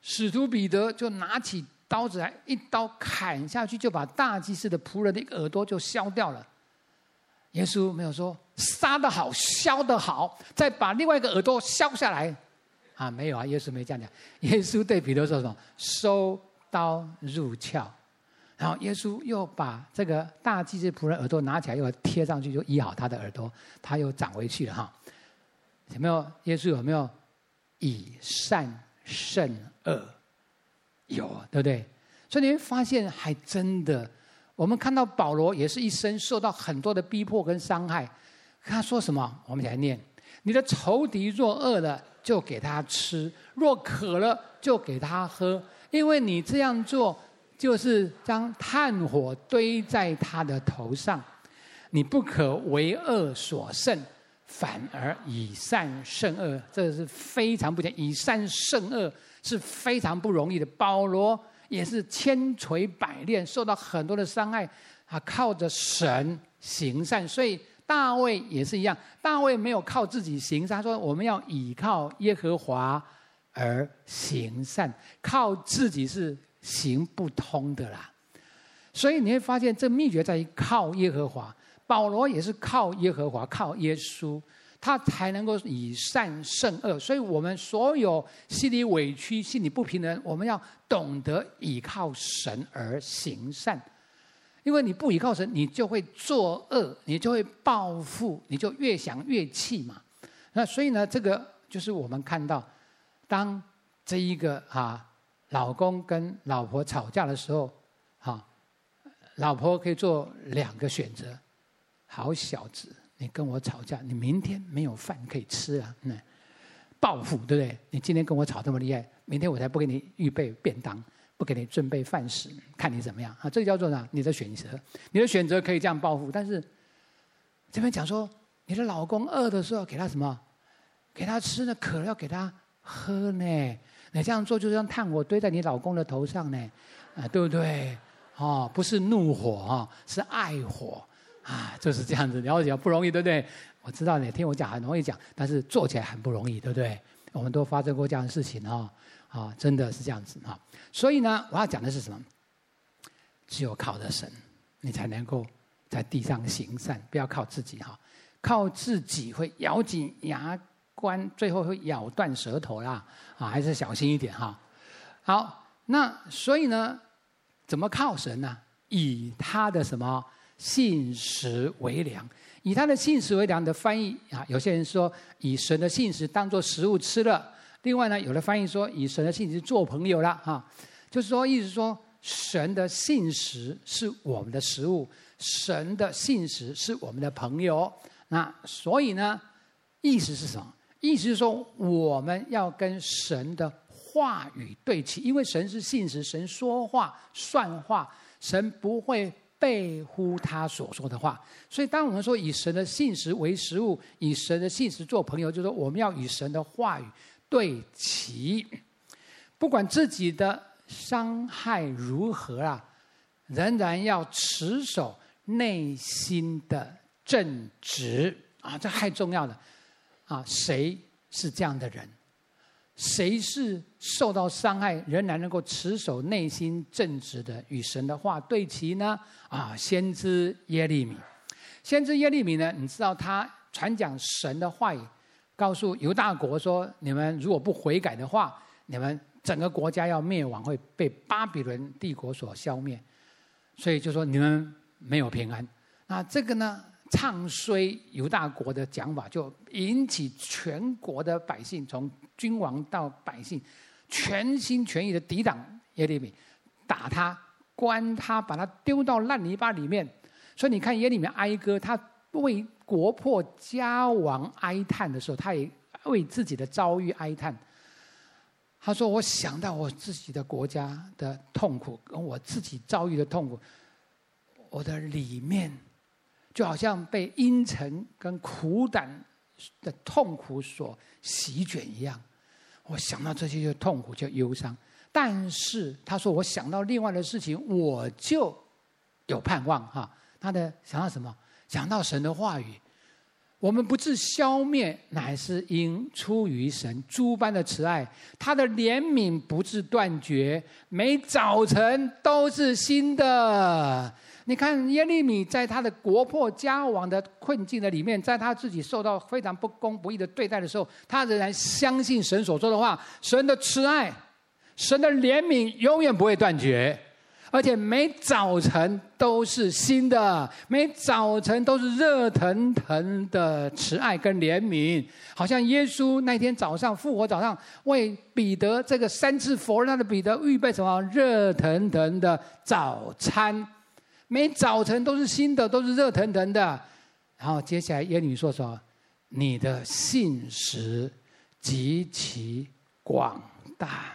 使徒彼得就拿起刀子来，一刀砍下去，就把大祭司的仆人的一个耳朵就削掉了。耶稣没有说杀得好，削得好，再把另外一个耳朵削下来啊，没有啊，耶稣没这样讲。耶稣对彼得说什么？收刀入鞘。然后耶稣又把这个大祭司仆人耳朵拿起来，又贴上去，就医好他的耳朵，他又长回去了哈。有没有？耶稣有没有以善胜恶？有，对不对？所以你会发现，还真的，我们看到保罗也是一生受到很多的逼迫跟伤害。他说什么？我们一起来念：你的仇敌若饿了，就给他吃；若渴了，就给他喝，因为你这样做，就是将炭火堆在他的头上。你不可为恶所胜，反而以善胜恶。这是非常不简单，以善胜恶是非常不容易的。保罗也是千锤百炼，受到很多的伤害，靠着神行善。所以大卫也是一样，大卫没有靠自己行善，他说我们要倚靠耶和华而行善，靠自己是行不通的啦。所以你会发现，这秘诀在于靠耶和华。保罗也是靠耶和华，靠耶稣，他才能够以善胜恶。所以我们所有心里委屈、心里不平的人，我们要懂得倚靠神而行善。因为你不倚靠神，你就会作恶，你就会报复，你就越想越气嘛。那所以呢，这个就是我们看到，当这一个老公跟老婆吵架的时候，老婆可以做2个选择。好小子，你跟我吵架，你明天没有饭可以吃啊！报复，对不对？你今天跟我吵这么厉害，明天我才不给你预备便当，不给你准备饭食，看你怎么样啊！这个叫做呢，你的选择，你的选择可以这样报复。但是这边讲说，你的老公饿的时候给他什么？给他吃呢，渴了要给他喝呢。你这样做就是让炭火堆在你老公的头上呢，对不对？不是怒火是爱火。就是这样子，了解不容易，对不对？我知道你听我讲很容易讲，但是做起来很不容易，对不对？我们都发生过这样的事情真的是这样子所以呢，我要讲的是什么？只有靠着神，你才能够在地上行善，不要靠自己靠自己会咬紧牙关，最后会咬断舌头啦还是小心一点好，那所以呢，怎么靠神呢？以他的什么？信实为粮。以他的信实为粮的翻译有些人说以神的信实当作食物吃了，另外呢，有的翻译说以神的信实做朋友了就是说意思说神的信实是我们的食物，神的信实是我们的朋友。那所以呢，意思是什么？意思是说我们要跟神的话语对齐，因为神是信实，神说话算话，神不会背乎他所说的话。所以当我们说以神的信实为食物，以神的信实做朋友，就是说我们要与神的话语对齐，不管自己的伤害如何仍然要持守内心的正直这太重要了谁是这样的人？谁是受到伤害仍然能够持守内心正直的与神的话对齐呢？先知耶利米。先知耶利米呢，你知道他传讲神的话语，告诉犹大国说，你们如果不悔改的话，你们整个国家要灭亡，会被巴比伦帝国所消灭。所以就说你们没有平安。那这个呢，唱衰犹大国的讲法，就引起全国的百姓，从君王到百姓，全心全意的抵挡耶利米，打他，关他，把他丢到烂泥巴里面。所以你看耶利米哀歌，他为国破家亡哀叹的时候，他也为自己的遭遇哀叹。他说：“我想到我自己的国家的痛苦，跟我自己遭遇的痛苦，我的里面就好像被阴沉跟苦胆的痛苦所席卷一样。我想到这些就痛苦，就忧伤。但是他说，我想到另外的事情，我就有盼望他的想到什么？想到神的话语。 我们不致消灭，乃是因出于神诸般的慈爱，他的怜悯不致断绝，每早晨都是新的。你看耶利米在他的国破家亡的困境的里面，在他自己受到非常不公不义的对待的时候，他仍然相信神所说的话，神的慈爱，神的怜悯永远不会断绝，而且每早晨都是新的，每早晨都是热腾腾的慈爱跟怜悯。好像耶稣那天早上复活早上为彼得这个3次否认他的彼得预备什么热腾腾的早餐，每早晨都是新的，都是热腾腾的。然后接下来耶利米说什么？你的信实极其广大。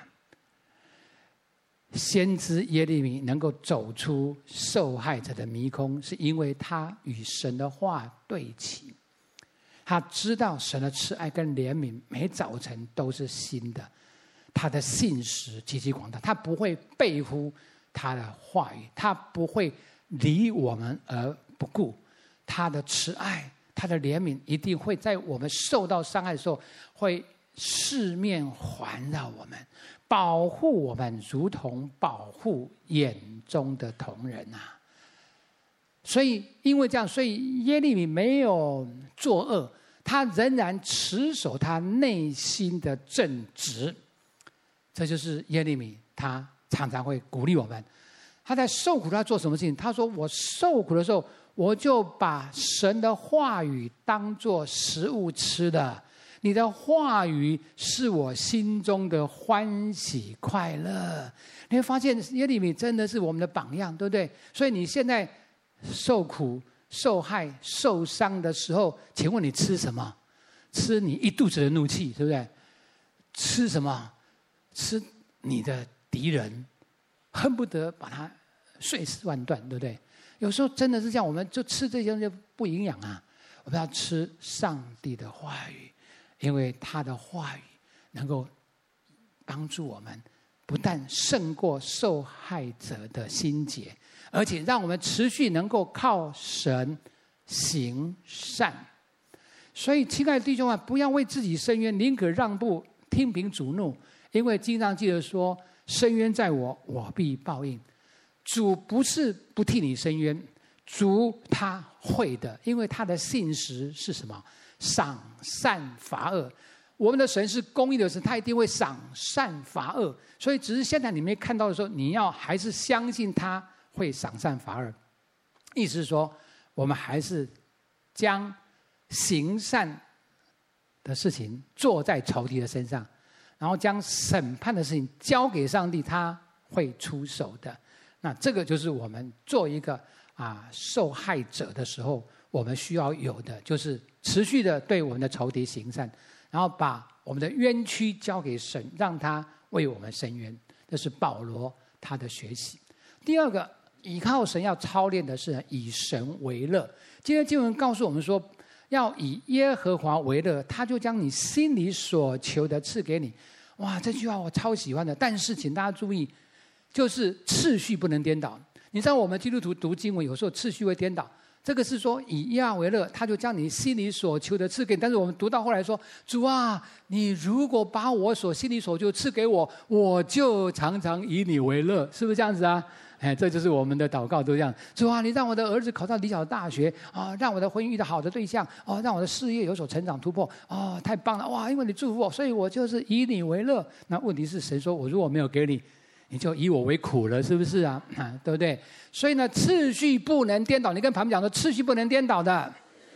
先知耶利米能够走出受害者的迷宫，是因为他与神的话对齐，他知道神的慈爱跟怜悯每早晨都是新的，他的信实极其广大，他不会背乎他的话语，他不会离我们而不顾，他的慈爱，他的怜悯一定会在我们受到伤害的时候，会四面环绕我们，保护我们，如同保护眼中的瞳人啊！所以，因为这样，所以耶利米没有作恶，他仍然持守他内心的正直。这就是耶利米，他常常会鼓励我们。他在受苦，他做什么事情？他说：“我受苦的时候，我就把神的话语当作食物吃的。你的话语是我心中的欢喜快乐。”你会发现耶利米真的是我们的榜样，对不对？所以你现在受苦、受害、受伤的时候，请问你吃什么？吃你一肚子的怒气，对不对？吃什么？吃你的敌人，恨不得把他碎尸万段，对不对？有时候真的是这样，我们就吃这些东西不营养啊！我们要吃上帝的话语，因为他的话语能够帮助我们，不但胜过受害者的心结，而且让我们持续能够靠神行善。所以，亲爱的弟兄啊，不要为自己伸冤，宁可让步，听凭主怒。因为经上记得说：“伸冤在我，我必报应。”主不是不替你伸冤，主他会的，因为他的信实是什么？赏善罚恶。我们的神是公义的神，他一定会赏善罚恶。所以只是现在你没看到的时候，你要还是相信他会赏善罚恶。意思是说，我们还是将行善的事情做在仇敌的身上，然后将审判的事情交给上帝，他会出手的。那这个就是我们做一个受害者的时候，我们需要有的，就是持续的对我们的仇敌行善，然后把我们的冤屈交给神，让他为我们伸冤。这是保罗他的学习。第二个，依靠神要操练的是以神为乐。今天经文告诉我们说，要以耶和华为乐，他就将你心里所求的赐给你。哇，这句话我超喜欢的。但是请大家注意，就是次序不能颠倒。你知道我们基督徒读经文有时候次序会颠倒，这个是说以耶和华为乐，他就将你心里所求的赐给你。但是我们读到后来说，主啊，你如果把我心里所求赐给我，我就常常以你为乐，是不是这样子啊？这就是我们的祷告都这样。主啊，你让我的儿子考上理想的大学啊，让我的婚姻遇到好的对象哦，让我的事业有所成长突破哦，太棒了哇！因为你祝福我，所以我就是以你为乐。那问题是谁说我如果没有给你，你就以我为苦了，是不是啊？对不对？所以呢，次序不能颠倒。你跟旁边讲说，次序不能颠倒的。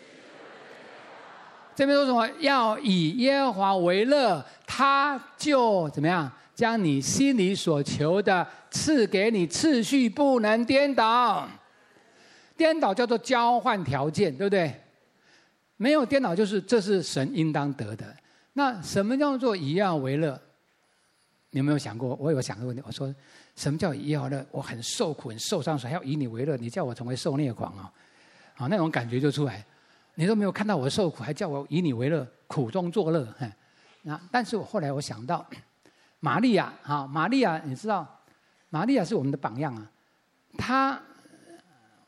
这边说什么？要以耶和华为乐，他就怎么样？将你心里所求的赐给你，次序不能颠倒。颠倒叫做交换条件，对不对？没有颠倒就是这是神应当得的。那什么叫做以耶和华为乐？你有没有想过？我有想个问题，我说什么叫以耶和华乐？我很受苦、很受伤，还要以你为乐，你叫我成为受虐狂那种感觉就出来。你都没有看到我受苦，还叫我以你为乐，苦中作乐。但是后来我想到。玛利亚玛利亚，你知道，玛利亚是我们的榜样啊。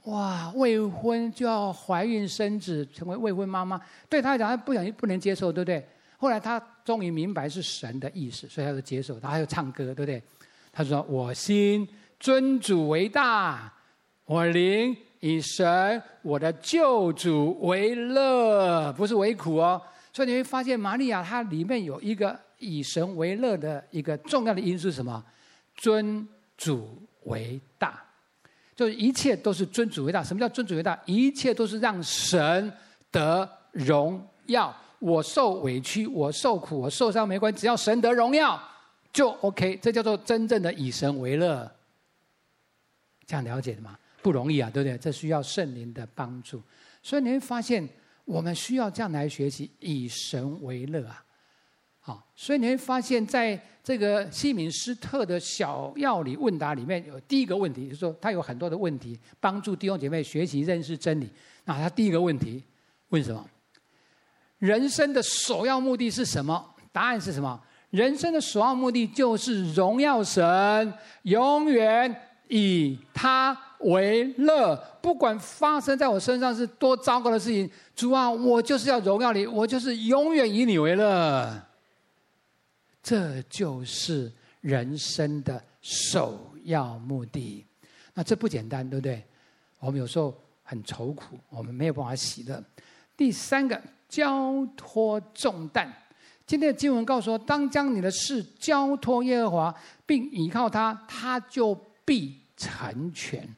哇，未婚就要怀孕生子，成为未婚妈妈，对他来讲，他不能接受，对不对？后来他终于明白是神的意思，所以他就接受，他就唱歌，对不对？他说：“我心尊主为大，我灵以神我的救主为乐，不是为苦哦。”所以你会发现，玛利亚她里面有一个以神为乐的一个重要的因素是什么？尊主为大。就是一切都是尊主为大。什么叫尊主为大？一切都是让神得荣耀。我受委屈，我受苦，我受伤没关系，只要神得荣耀就 OK。这叫做真正的以神为乐。这样了解的吗？不容易啊，对不对？这需要圣灵的帮助。所以你会发现，我们需要这样来学习以神为乐啊。好，所以你会发现在这个西敏斯特的小要理问答里面，有第一个问题，就是说他有很多的问题，帮助弟兄姐妹学习认识真理。那他第一个问题问什么？人生的首要目的是什么？答案是什么？人生的首要目的就是荣耀神，永远以他为乐。不管发生在我身上是多糟糕的事情，主啊，我就是要荣耀你，我就是永远以你为乐。这就是人生的首要目的。那这不简单，对不对？我们有时候很愁苦，我们没有办法喜乐。第三个，交托重担。今天的经文告诉我，当将你的事交托耶和华，并倚靠他，他就必成全。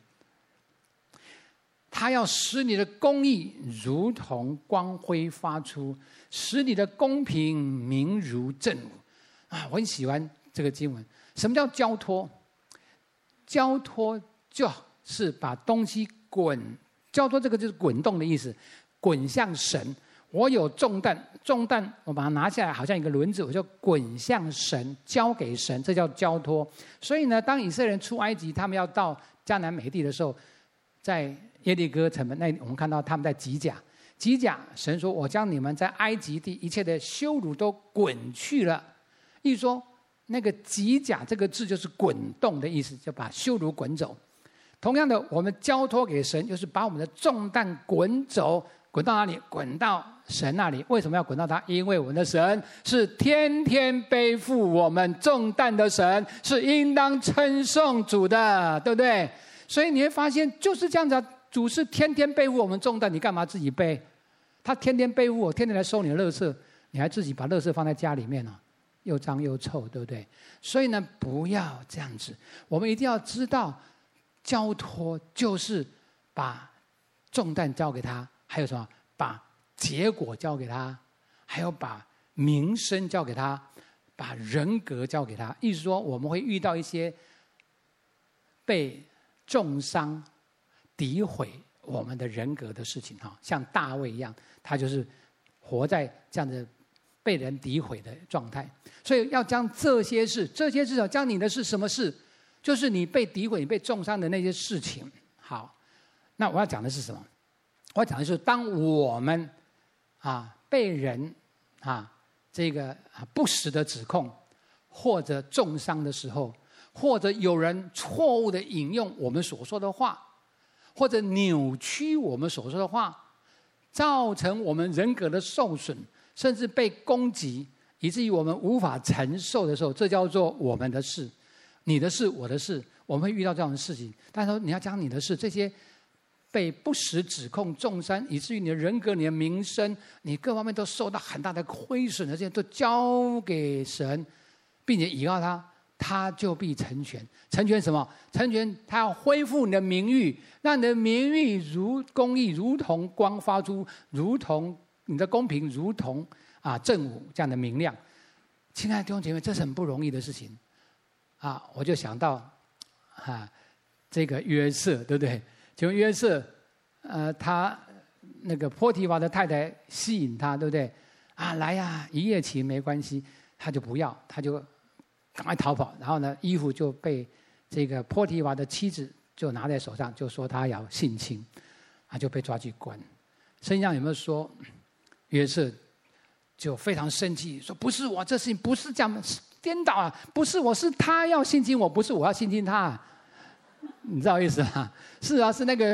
他要使你的公义如同光辉发出，使你的公平明如正午。啊，我很喜欢这个经文。什么叫交托？交托就是把东西交托这个就是滚动的意思，滚向神。我有重担，我把它拿下来，好像一个轮子，我就滚向神，交给神，这叫交托。所以呢，当以色列人出埃及，他们要到迦南美地的时候，在耶利哥城门那，我们看到他们在吉甲，神说：“我将你们在埃及地一切的羞辱都滚去了。”意思说，那个吉甲这个字就是滚动的意思，就把羞辱滚走。同样的，我们交托给神，就是把我们的重担滚走，滚到哪里？滚到神那里。为什么要滚到他？因为我们的神是天天背负我们重担的神，是应当称颂主的，对不对？所以你会发现，就是这样子啊。主是天天背负我们重担，你干嘛自己背？他天天背负我，天天来收你的垃圾，你还自己把垃圾放在家里面呢？又脏又臭，对不对？所以呢，不要这样子。我们一定要知道，交托就是把重担交给他，还有什么？把结果交给他，还有把名声交给他，把人格交给他。意思说，我们会遇到一些被重伤、诋毁我们的人格的事情，像大卫一样，他就是活在这样的被人诋毁的状态。所以要将这些事将你的是什么事？就是你被诋毁、你被重伤的那些事情。好，那我要讲的是什么？我要讲的是，当我们被人这个不实的指控或者重伤的时候，或者有人错误的引用我们所说的话，或者扭曲我们所说的话，造成我们人格的受损，甚至被攻击，以至于我们无法承受的时候，这叫做我们的事。你的事，我的事，我们会遇到这样的事情。但是说你要讲你的事，这些被不实指控、重伤，以至于你的人格、你的名声、你各方面都受到很大的亏损的这些，都交给神，并且依靠他，他就必成全。成全什么？成全他要恢复你的名誉，让你的名誉如公义，如同光发出，如同你的公平，如同正午这样的明亮。亲爱的弟兄姐妹，这是很不容易的事情我就想到这个约瑟，对不对？就约瑟他那个波提乏的太太吸引他，对不对？来呀，一夜情没关系，他就不要，他就赶快逃跑。然后呢，衣服就被这个波提乏的妻子就拿在手上，就说他要性侵，就被抓去关。圣经上有没有说约瑟就非常生气，说不是我，这事情不是这样颠倒不是我，是他要性侵我，不是我要性侵他。你知道意思吗？是是那个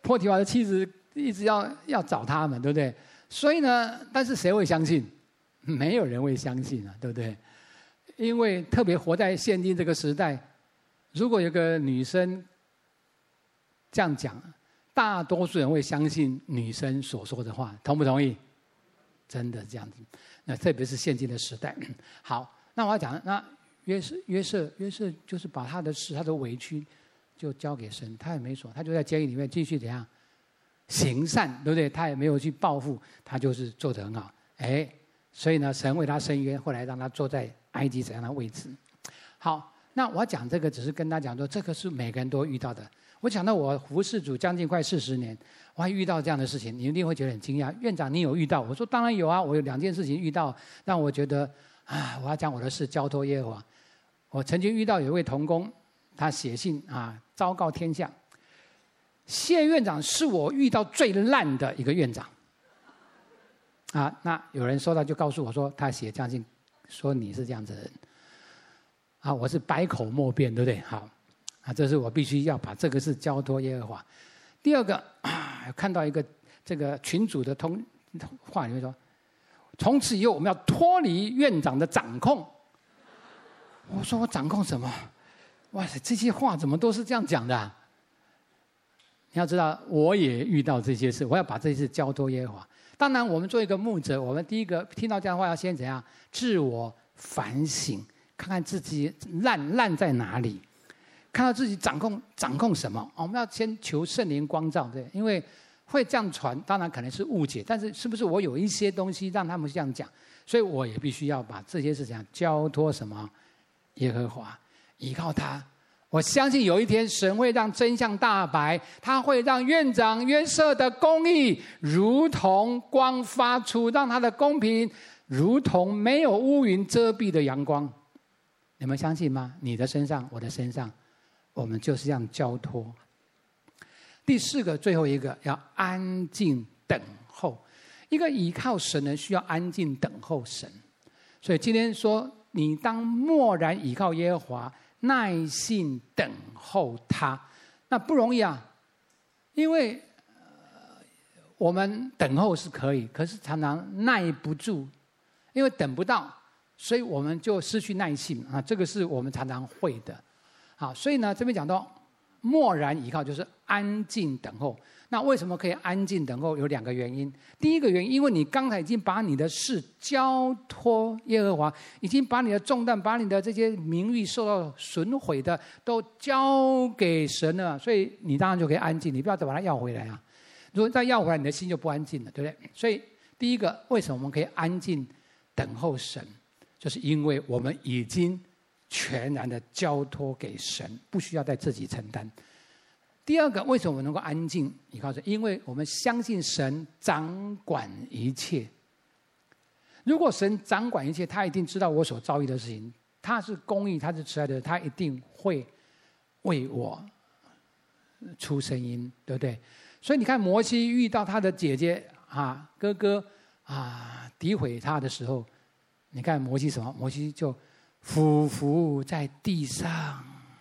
波提乏的妻子一直要找他们，对不对？所以呢，但是谁会相信？没有人会相信啊，对不对？因为特别活在现今这个时代，如果有个女生这样讲，大多数人会相信女生所说的话，同不同意？真的这样子。那特别是现今的时代。好，那我要讲，那约瑟就是把他的事、他的委屈就交给神，他也没说，他就在监狱里面继续怎样行善，对不对？他也没有去报复，他就是做得很好。所以呢，神为他伸冤，后来让他坐在埃及怎样的位置。好，那我讲这个只是跟他讲说，这个是每个人都会遇到的。我讲到我服侍主将近快40年，我还遇到这样的事情，你一定会觉得很惊讶。院长，你有遇到？我说当然有啊，我有2件事情遇到，让我觉得我要讲我的事，交托耶和华。我曾经遇到有一位同工，他写信昭告天下，谢院长是我遇到最烂的一个院长。那有人收到就告诉我说，他写这样信，说你是这样子的人。我是百口莫辩，对不对？好。这是我必须要把这个事交托耶和华。第二个，看到一个这个群组的话里面说，从此以后我们要脱离院长的掌控。我说我掌控什么？哇塞，这些话怎么都是这样讲的你要知道，我也遇到这些事，我要把这些事交托耶和华。当然，我们做一个牧者，我们第一个听到这样的话，要先怎样？自我反省，看看自己烂在哪里。看到自己掌控什么，我们要先求圣灵光照，对，因为会这样传，当然可能是误解，但是是不是我有一些东西让他们这样讲，所以我也必须要把这些事情交托什么耶和华，依靠他。我相信有一天神会让真相大白，他会让院长约瑟的公义如同光发出，让他的公平如同没有乌云遮蔽的阳光。你们相信吗？你的身上，我的身上，我们就是这样交托。第4个，最后一个，要安静等候。一个倚靠神的人需要安静等候神。所以今天说，你当默然倚靠耶和华，耐心等候他。那不容易啊，因为我们等候是可以，可是常常耐不住，因为等不到，所以我们就失去耐性这个是我们常常会的。好，所以呢，这边讲到默然倚靠，就是安静等候。那为什么可以安静等候？有2个原因。第一个原因，因为你刚才已经把你的事交托耶和华，已经把你的重担、把你的这些名誉受到损毁的都交给神了，所以你当然就可以安静，你不要再把它要回来啊。如果再要回来，你的心就不安静了，对不对？所以第一个，为什么我们可以安静等候神，就是因为我们已经全然的交托给神，不需要再自己承担。第二个，为什么我们能够安静依靠神？因为我们相信神掌管一切。如果神掌管一切，他一定知道我所遭遇的事情，他是公义，他是慈爱的，他一定会为我出声音，对不对？所以你看，摩西遇到他的姐姐哥哥诋毁他的时候，你看摩西什么？摩西就俯伏在地上，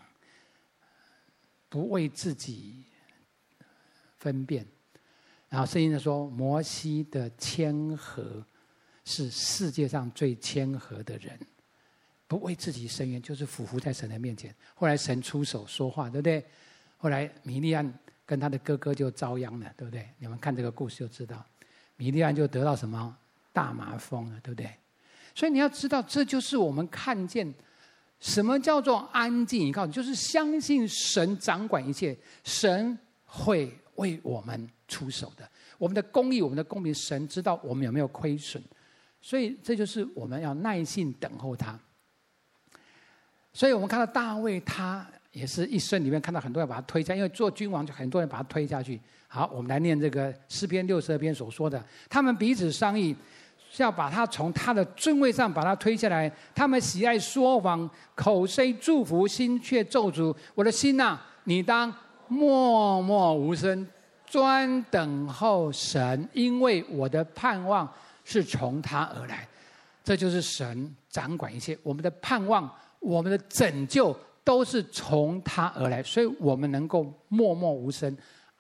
不为自己分辨。然后圣经说，摩西的谦和是世界上最谦和的人，不为自己伸冤，就是俯伏在神的面前。后来神出手说话，对不对？后来米利暗跟他的哥哥就遭殃了，对不对？你们看这个故事就知道，米利暗就得到什么大麻风了，对不对？所以你要知道，这就是我们看见什么叫做安静依靠，就是相信神掌管一切，神会为我们出手的。我们的公义，我们的公平，神知道我们有没有亏损，所以这就是我们要耐心等候他。所以我们看到大卫，他也是一生里面看到很多人把他推下，因为做君王就很多人把他推下去。好，我们来念这个诗篇62篇所说的，他们彼此商议，是要把他从他的尊位上把他推下来。他们喜爱说谎，口虽祝福，心却咒诅。我的心你当默默无声，专等候神，因为我的盼望是从他而来。这就是神掌管一切，我们的盼望，我们的拯救都是从他而来，所以我们能够默默无声，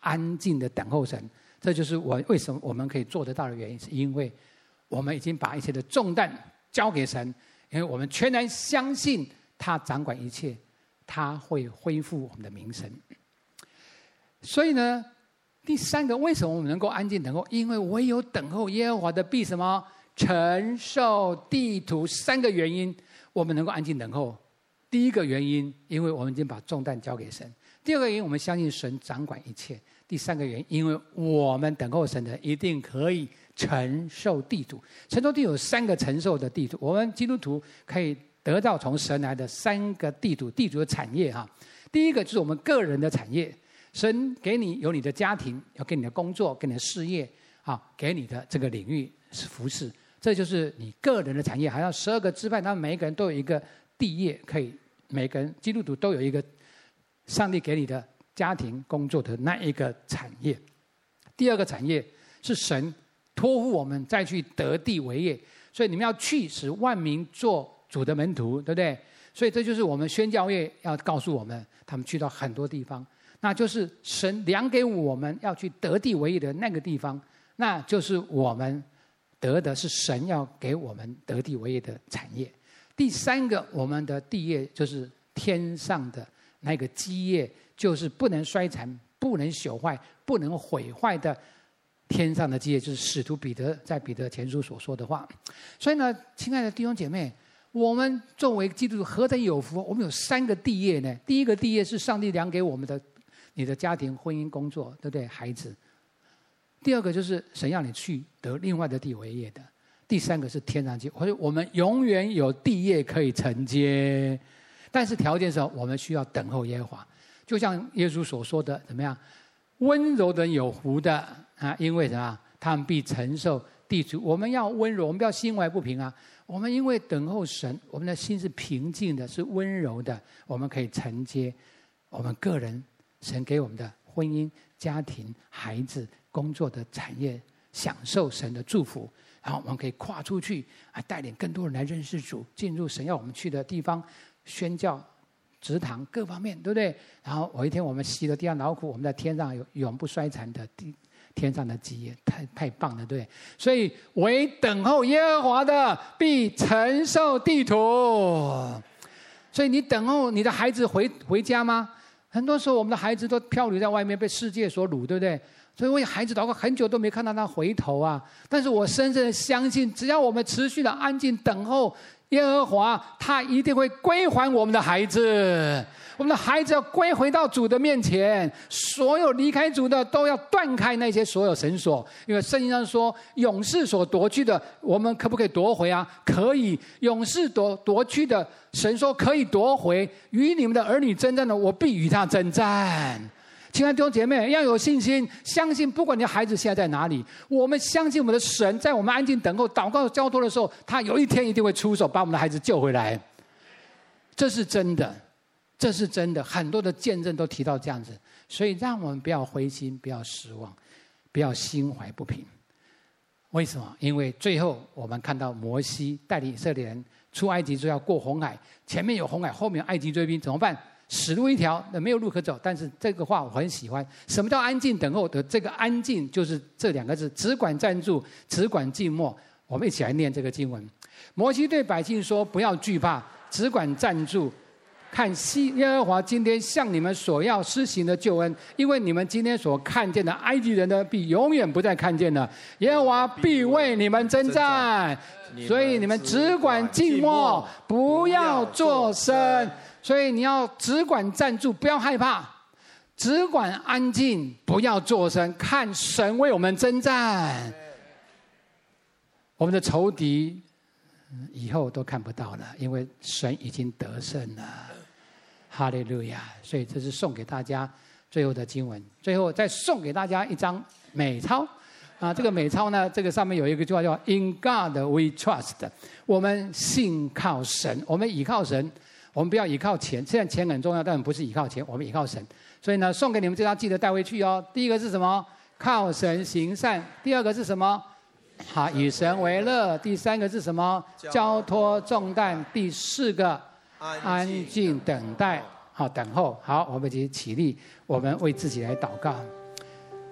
安静的等候神。这就是为什么我们可以做得到的原因，是因为我们已经把一切的重担交给神，因为我们全然相信他掌管一切，他会恢复我们的名声。所以呢，第三个，为什么我们能够安静等候？因为唯有等候耶和华的必什么？承受地土。三个原因我们能够安静等候。第一个原因，因为我们已经把重担交给神；第二个原因，我们相信神掌管一切；第三个原因，因为我们等候神的一定可以承受地土。承受地土有三个承受的地土，我们基督徒可以得到从神来的三个地土的产业哈。第一个就是我们个人的产业，神给你有你的家庭，要给你的工作，给你的事业啊，给你的这个领域是服事，这就是你个人的产业。还有12个支派，他们每一个人都有一个地业，可以每个人基督徒都有一个上帝给你的家庭工作的那一个产业。第二个产业是神托付我们再去得地为业，所以你们要去使万民做主的门徒，对不对？所以这就是我们宣教业要告诉我们，他们去到很多地方，那就是神量给我们要去得地为业的那个地方，那就是我们得的是神要给我们得地为业的产业。第三个，我们的地业就是天上的那个基业，就是不能衰残、不能朽坏、不能毁坏的天上的基业，就是使徒彼得在彼得前书所说的话。所以呢，亲爱的弟兄姐妹，我们作为基督徒何等有福！我们有3个地业呢。第一个地业是上帝量给我们的，你的家庭、婚姻、工作，对不对？孩子。第二个就是神让你去得另外的地为业的。第三个是天上基业，所以我们永远有地业可以承接，但是条件是我们需要等候耶和华。就像耶稣所说的，怎么样？温柔的人有福的啊，因为什么？他们必承受地土。我们要温柔，我们不要心怀不平啊。我们因为等候神，我们的心是平静的，是温柔的，我们可以承接我们个人神给我们的婚姻、家庭、孩子、工作的产业，享受神的祝福。然后我们可以跨出去，带领更多人来认识主，进入神要我们去的地方，宣教、职堂各方面，对不对？然后有一天我们习了地上劳苦，我们在天上有永不衰残的天上的基业，太棒了，对不对？所以唯等候耶和华的必承受地土。所以你等候你的孩子回家吗？很多时候我们的孩子都漂流在外面，被世界所掳，对不对？所以为孩子祷告，很久都没看到他回头啊！但是我深深的相信，只要我们持续的安静等候耶和华，他一定会归还我们的孩子。我们的孩子要归回到主的面前，所有离开主的都要断开那些所有绳索，因为圣经上说，勇士所夺去的，我们可不可以夺回啊？可以，勇士夺去的，神说可以夺回。与你们的儿女征战的，我必与他征战。亲爱的弟兄姐妹，要有信心，相信不管你的孩子现在在哪里，我们相信我们的神，在我们安静等候、祷告、交托的时候，他有一天一定会出手，把我们的孩子救回来。这是真的，这是真的，很多的见证都提到这样子。所以让我们不要灰心，不要失望，不要心怀不平。为什么？因为最后我们看到摩西带领以色列人出埃及，就要过红海，前面有红海，后面有埃及追兵，怎么办？死路一条，没有路可走。但是这个话我很喜欢，什么叫安静等候的？这个安静就是这2个字，只管站住，只管静默。我们一起来念这个经文。摩西对百姓说：不要惧怕，只管站住，看耶和华今天向你们所要施行的救恩，因为你们今天所看见的埃及人呢，必永远不再看见了。耶和华必为你们征战，所以你们只管静默，不要作声。所以你要只管站住，不要害怕，只管安静，不要作声，看神为我们征战。我们的仇敌以后都看不到了，因为神已经得胜了。哈利路亚！所以这是送给大家最后的经文。最后再送给大家一张美钞啊！这个美钞呢，这个上面有一个句话叫 "In God we trust"， 我们信靠神，我们倚靠神。我们不要倚靠钱，虽然钱很重要，但不是倚靠钱，我们倚靠神。所以呢，送给你们这张，记得带回去哦。第一个是什么？靠神行善。第二个是什么？好，以神为乐。第三个是什么？交托重担。第四个，安静等待。好，等候。好，我们一起起立，我们为自己来祷告。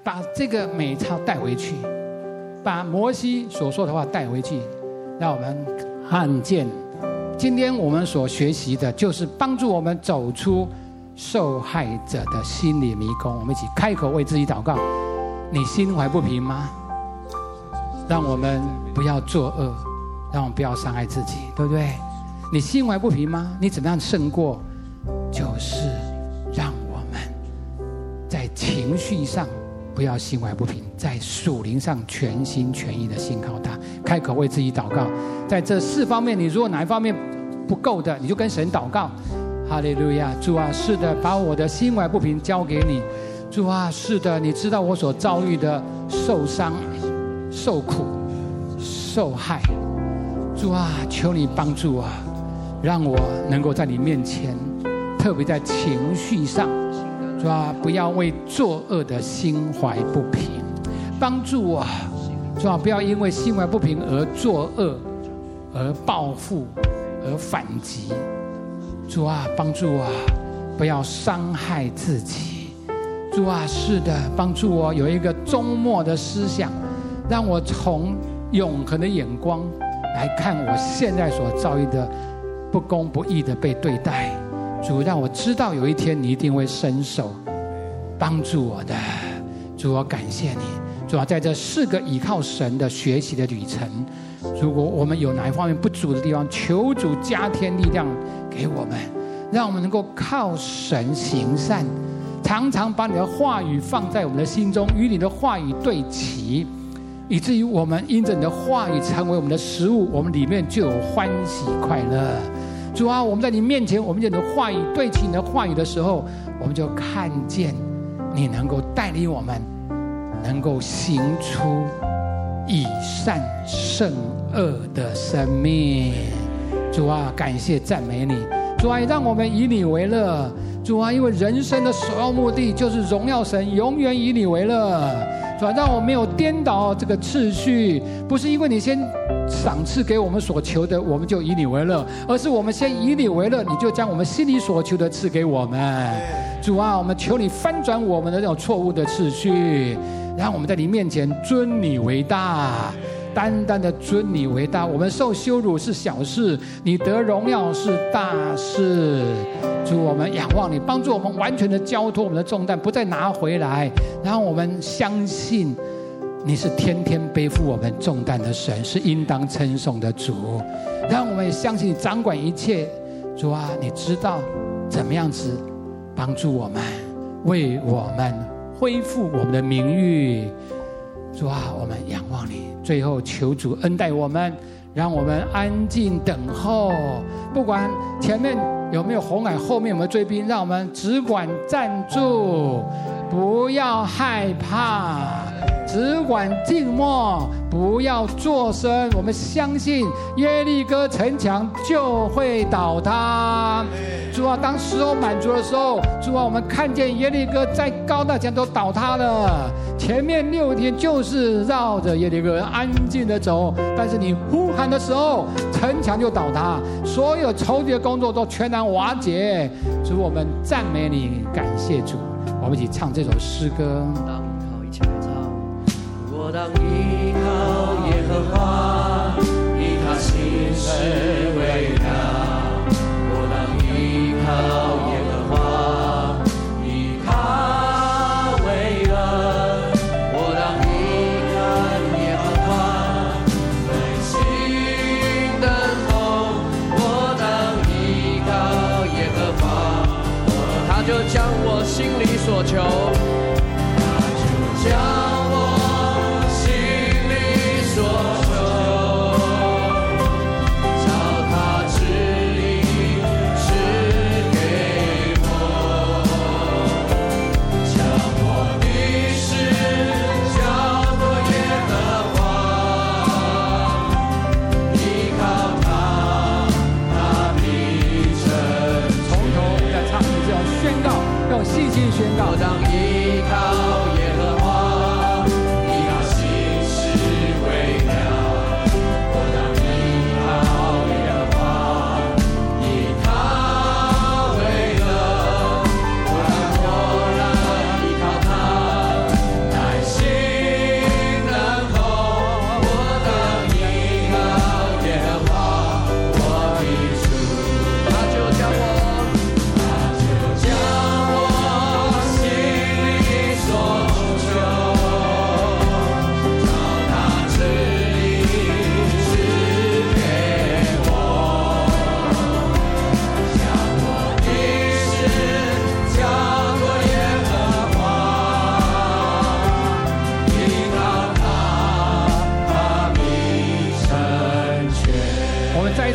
把这个美操带回去，把摩西所说的话带回去，让我们看见今天我们所学习的就是帮助我们走出受害者的心理迷宫。我们一起开口为自己祷告。你心怀不平吗？让我们不要作恶，让我们不要伤害自己，对不对？你心怀不平吗？你怎么样胜过？就是让我们在情绪上不要心怀不平，在属灵上全心全意的信靠他。开口为自己祷告。在这4方面，你如果哪一方面不够的，你就跟神祷告。哈利路亚，主啊，是的，把我的心怀不平交给你。主啊，是的，你知道我所遭遇的受伤、受苦、受害。主啊，求你帮助我，让我能够在你面前，特别在情绪上，主啊，不要为作恶的心怀不平，帮助我，主啊，不要因为心怀不平而作恶，而报复，而反击。主啊，帮助我，不要伤害自己。主啊，是的，帮助我有一个终末的思想，让我从永恒的眼光来看我现在所遭遇的不公不义的被对待。主，让我知道有一天你一定会伸手帮助我的。主，我感谢你。主啊，在这4个倚靠神的学习的旅程，如果我们有哪一方面不足的地方，求主加添力量给我们，让我们能够靠神行善，常常把你的话语放在我们的心中，与你的话语对齐，以至于我们因着你的话语成为我们的食物，我们里面就有欢喜快乐。主啊，我们在你面前，我们有你的话语对齐你的话语的时候，我们就看见你能够带领我们，能够行出以善胜恶的生命。主啊，感谢赞美你。主啊，让我们以你为乐。主啊，因为人生的首要目的就是荣耀神，永远以你为乐。主啊，让我们没有颠倒这个次序，不是因为你先赏赐给我们所求的，我们就以你为乐，而是我们先以你为乐，你就将我们心里所求的赐给我们。主啊，我们求你翻转我们的这种错误的次序，让我们在你面前尊你为大，单单的尊你为大。我们受羞辱是小事，你得荣耀是大事。主，我们仰望你，帮助我们完全的交托我们的重担，不再拿回来，然后我们相信你是天天背负我们重担的神，是应当称颂的主。让我们也相信你掌管一切。主啊，你知道怎么样子帮助我们，为我们恢复我们的名誉。主啊，我们仰望你。最后求主恩待我们，让我们安静等候，不管前面有没有红海，后面有没有追兵，让我们只管站住，不要害怕，只管静默，不要作声。我们相信耶利哥城墙就会倒塌。主啊，当时候满足的时候，主啊，我们看见耶利哥再高大墙都倒塌了。前面6天就是绕着耶利哥安静的走，但是你呼喊的时候，城墙就倒塌，所有仇敌的工作都全然瓦解。主，我们赞美你，感谢主。我们一起唱这首诗歌。 一起来唱。我当依靠耶和华，以他心事为粮。我当依靠耶和华，以他为乐。我当依靠耶和华，耐心等候。我当依靠耶和华，他就将我心里所求，他就将我心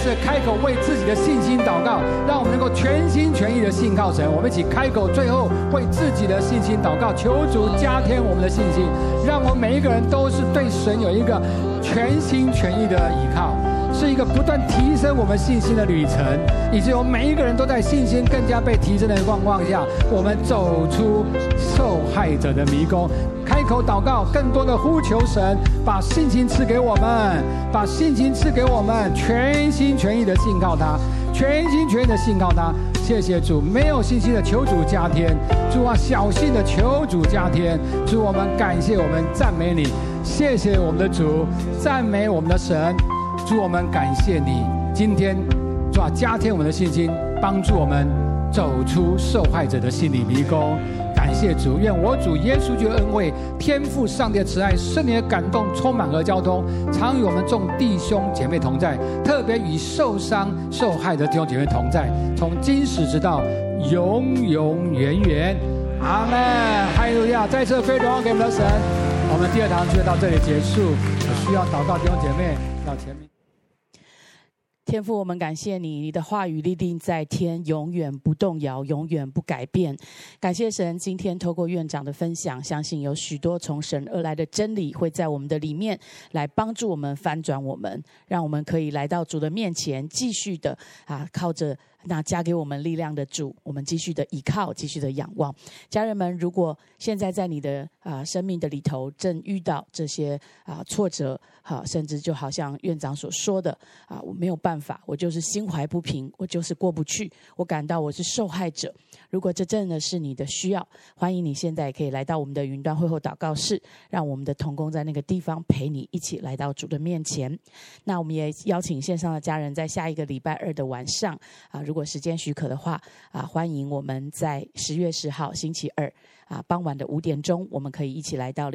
次开口为自己的信心祷告，让我们能够全心全意的信靠神。我们一起开口，最后为自己的信心祷告，求主加添我们的信心，让我们每一个人都是对神有一个全心全意的依靠，是一个不断提升我们信心的旅程，以至于我们每一个人都在信心更加被提升的状况下，我们走出受害者的迷宫。开口祷告，更多的呼求神，把信心赐给我们，把信心赐给我们，全心全意的信靠他，全心全意的信靠他。谢谢主，没有信心的求主加添，主啊，小信的求主加添。主，我们感谢，我们赞美你，谢谢我们的主，赞美我们的神。主，我们感谢你，今天主啊，加添我们的信心，帮助我们走出受害者的心理迷宫。感谢主，愿我主耶稣基督的恩惠、天父上帝的慈爱、圣灵的感动充满和交通，常与我们众弟兄姐妹同在，特别与受伤受害的弟兄姐妹同在，从今时直到永永远远。阿们，哈利路亚！再次归荣耀给我们的神。我们第二堂就到这里结束。有需要祷告弟兄姐妹到前面。 天父，我们感谢你，你的话语立定在天，永远不动摇，永远不改变。感谢神，今天透过院长的分享，相信有许多从神而来的真理会在我们的里面来帮助我们翻转我们，让我们可以来到主的面前，继续的靠着那加给我们力量的主，我们继续的依靠，继续的仰望。家人们，如果现在在你的生命的里头正遇到这些挫折，甚至就好像院长所说的我没有办法，我就是心怀不平，我就是过不去，我感到我是受害者。如果这真的是你的需要，欢迎你现在可以来到我们的云端会后祷告室，让我们的同工在那个地方陪你一起来到主的面前。那我们也邀请线上的家人在下一个礼拜二的晚上如果时间许可的话欢迎我们在10月10号星期二傍晚的5点钟，我们可以一起来到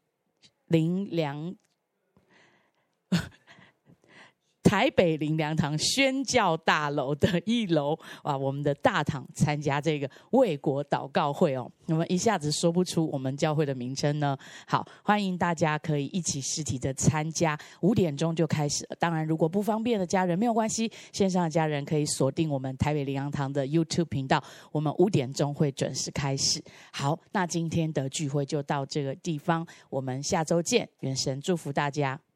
台北灵粮堂宣教大楼的1楼我们的大堂参加这个为国祷告会我们一下子说不出我们教会的名称呢。好，欢迎大家可以一起实体的参加，5点钟就开始了。当然如果不方便的家人没有关系，线上的家人可以锁定我们台北灵粮堂的 YouTube 频道，我们5点钟会准时开始。好，那今天的聚会就到这个地方，我们下周见，愿神祝福大家。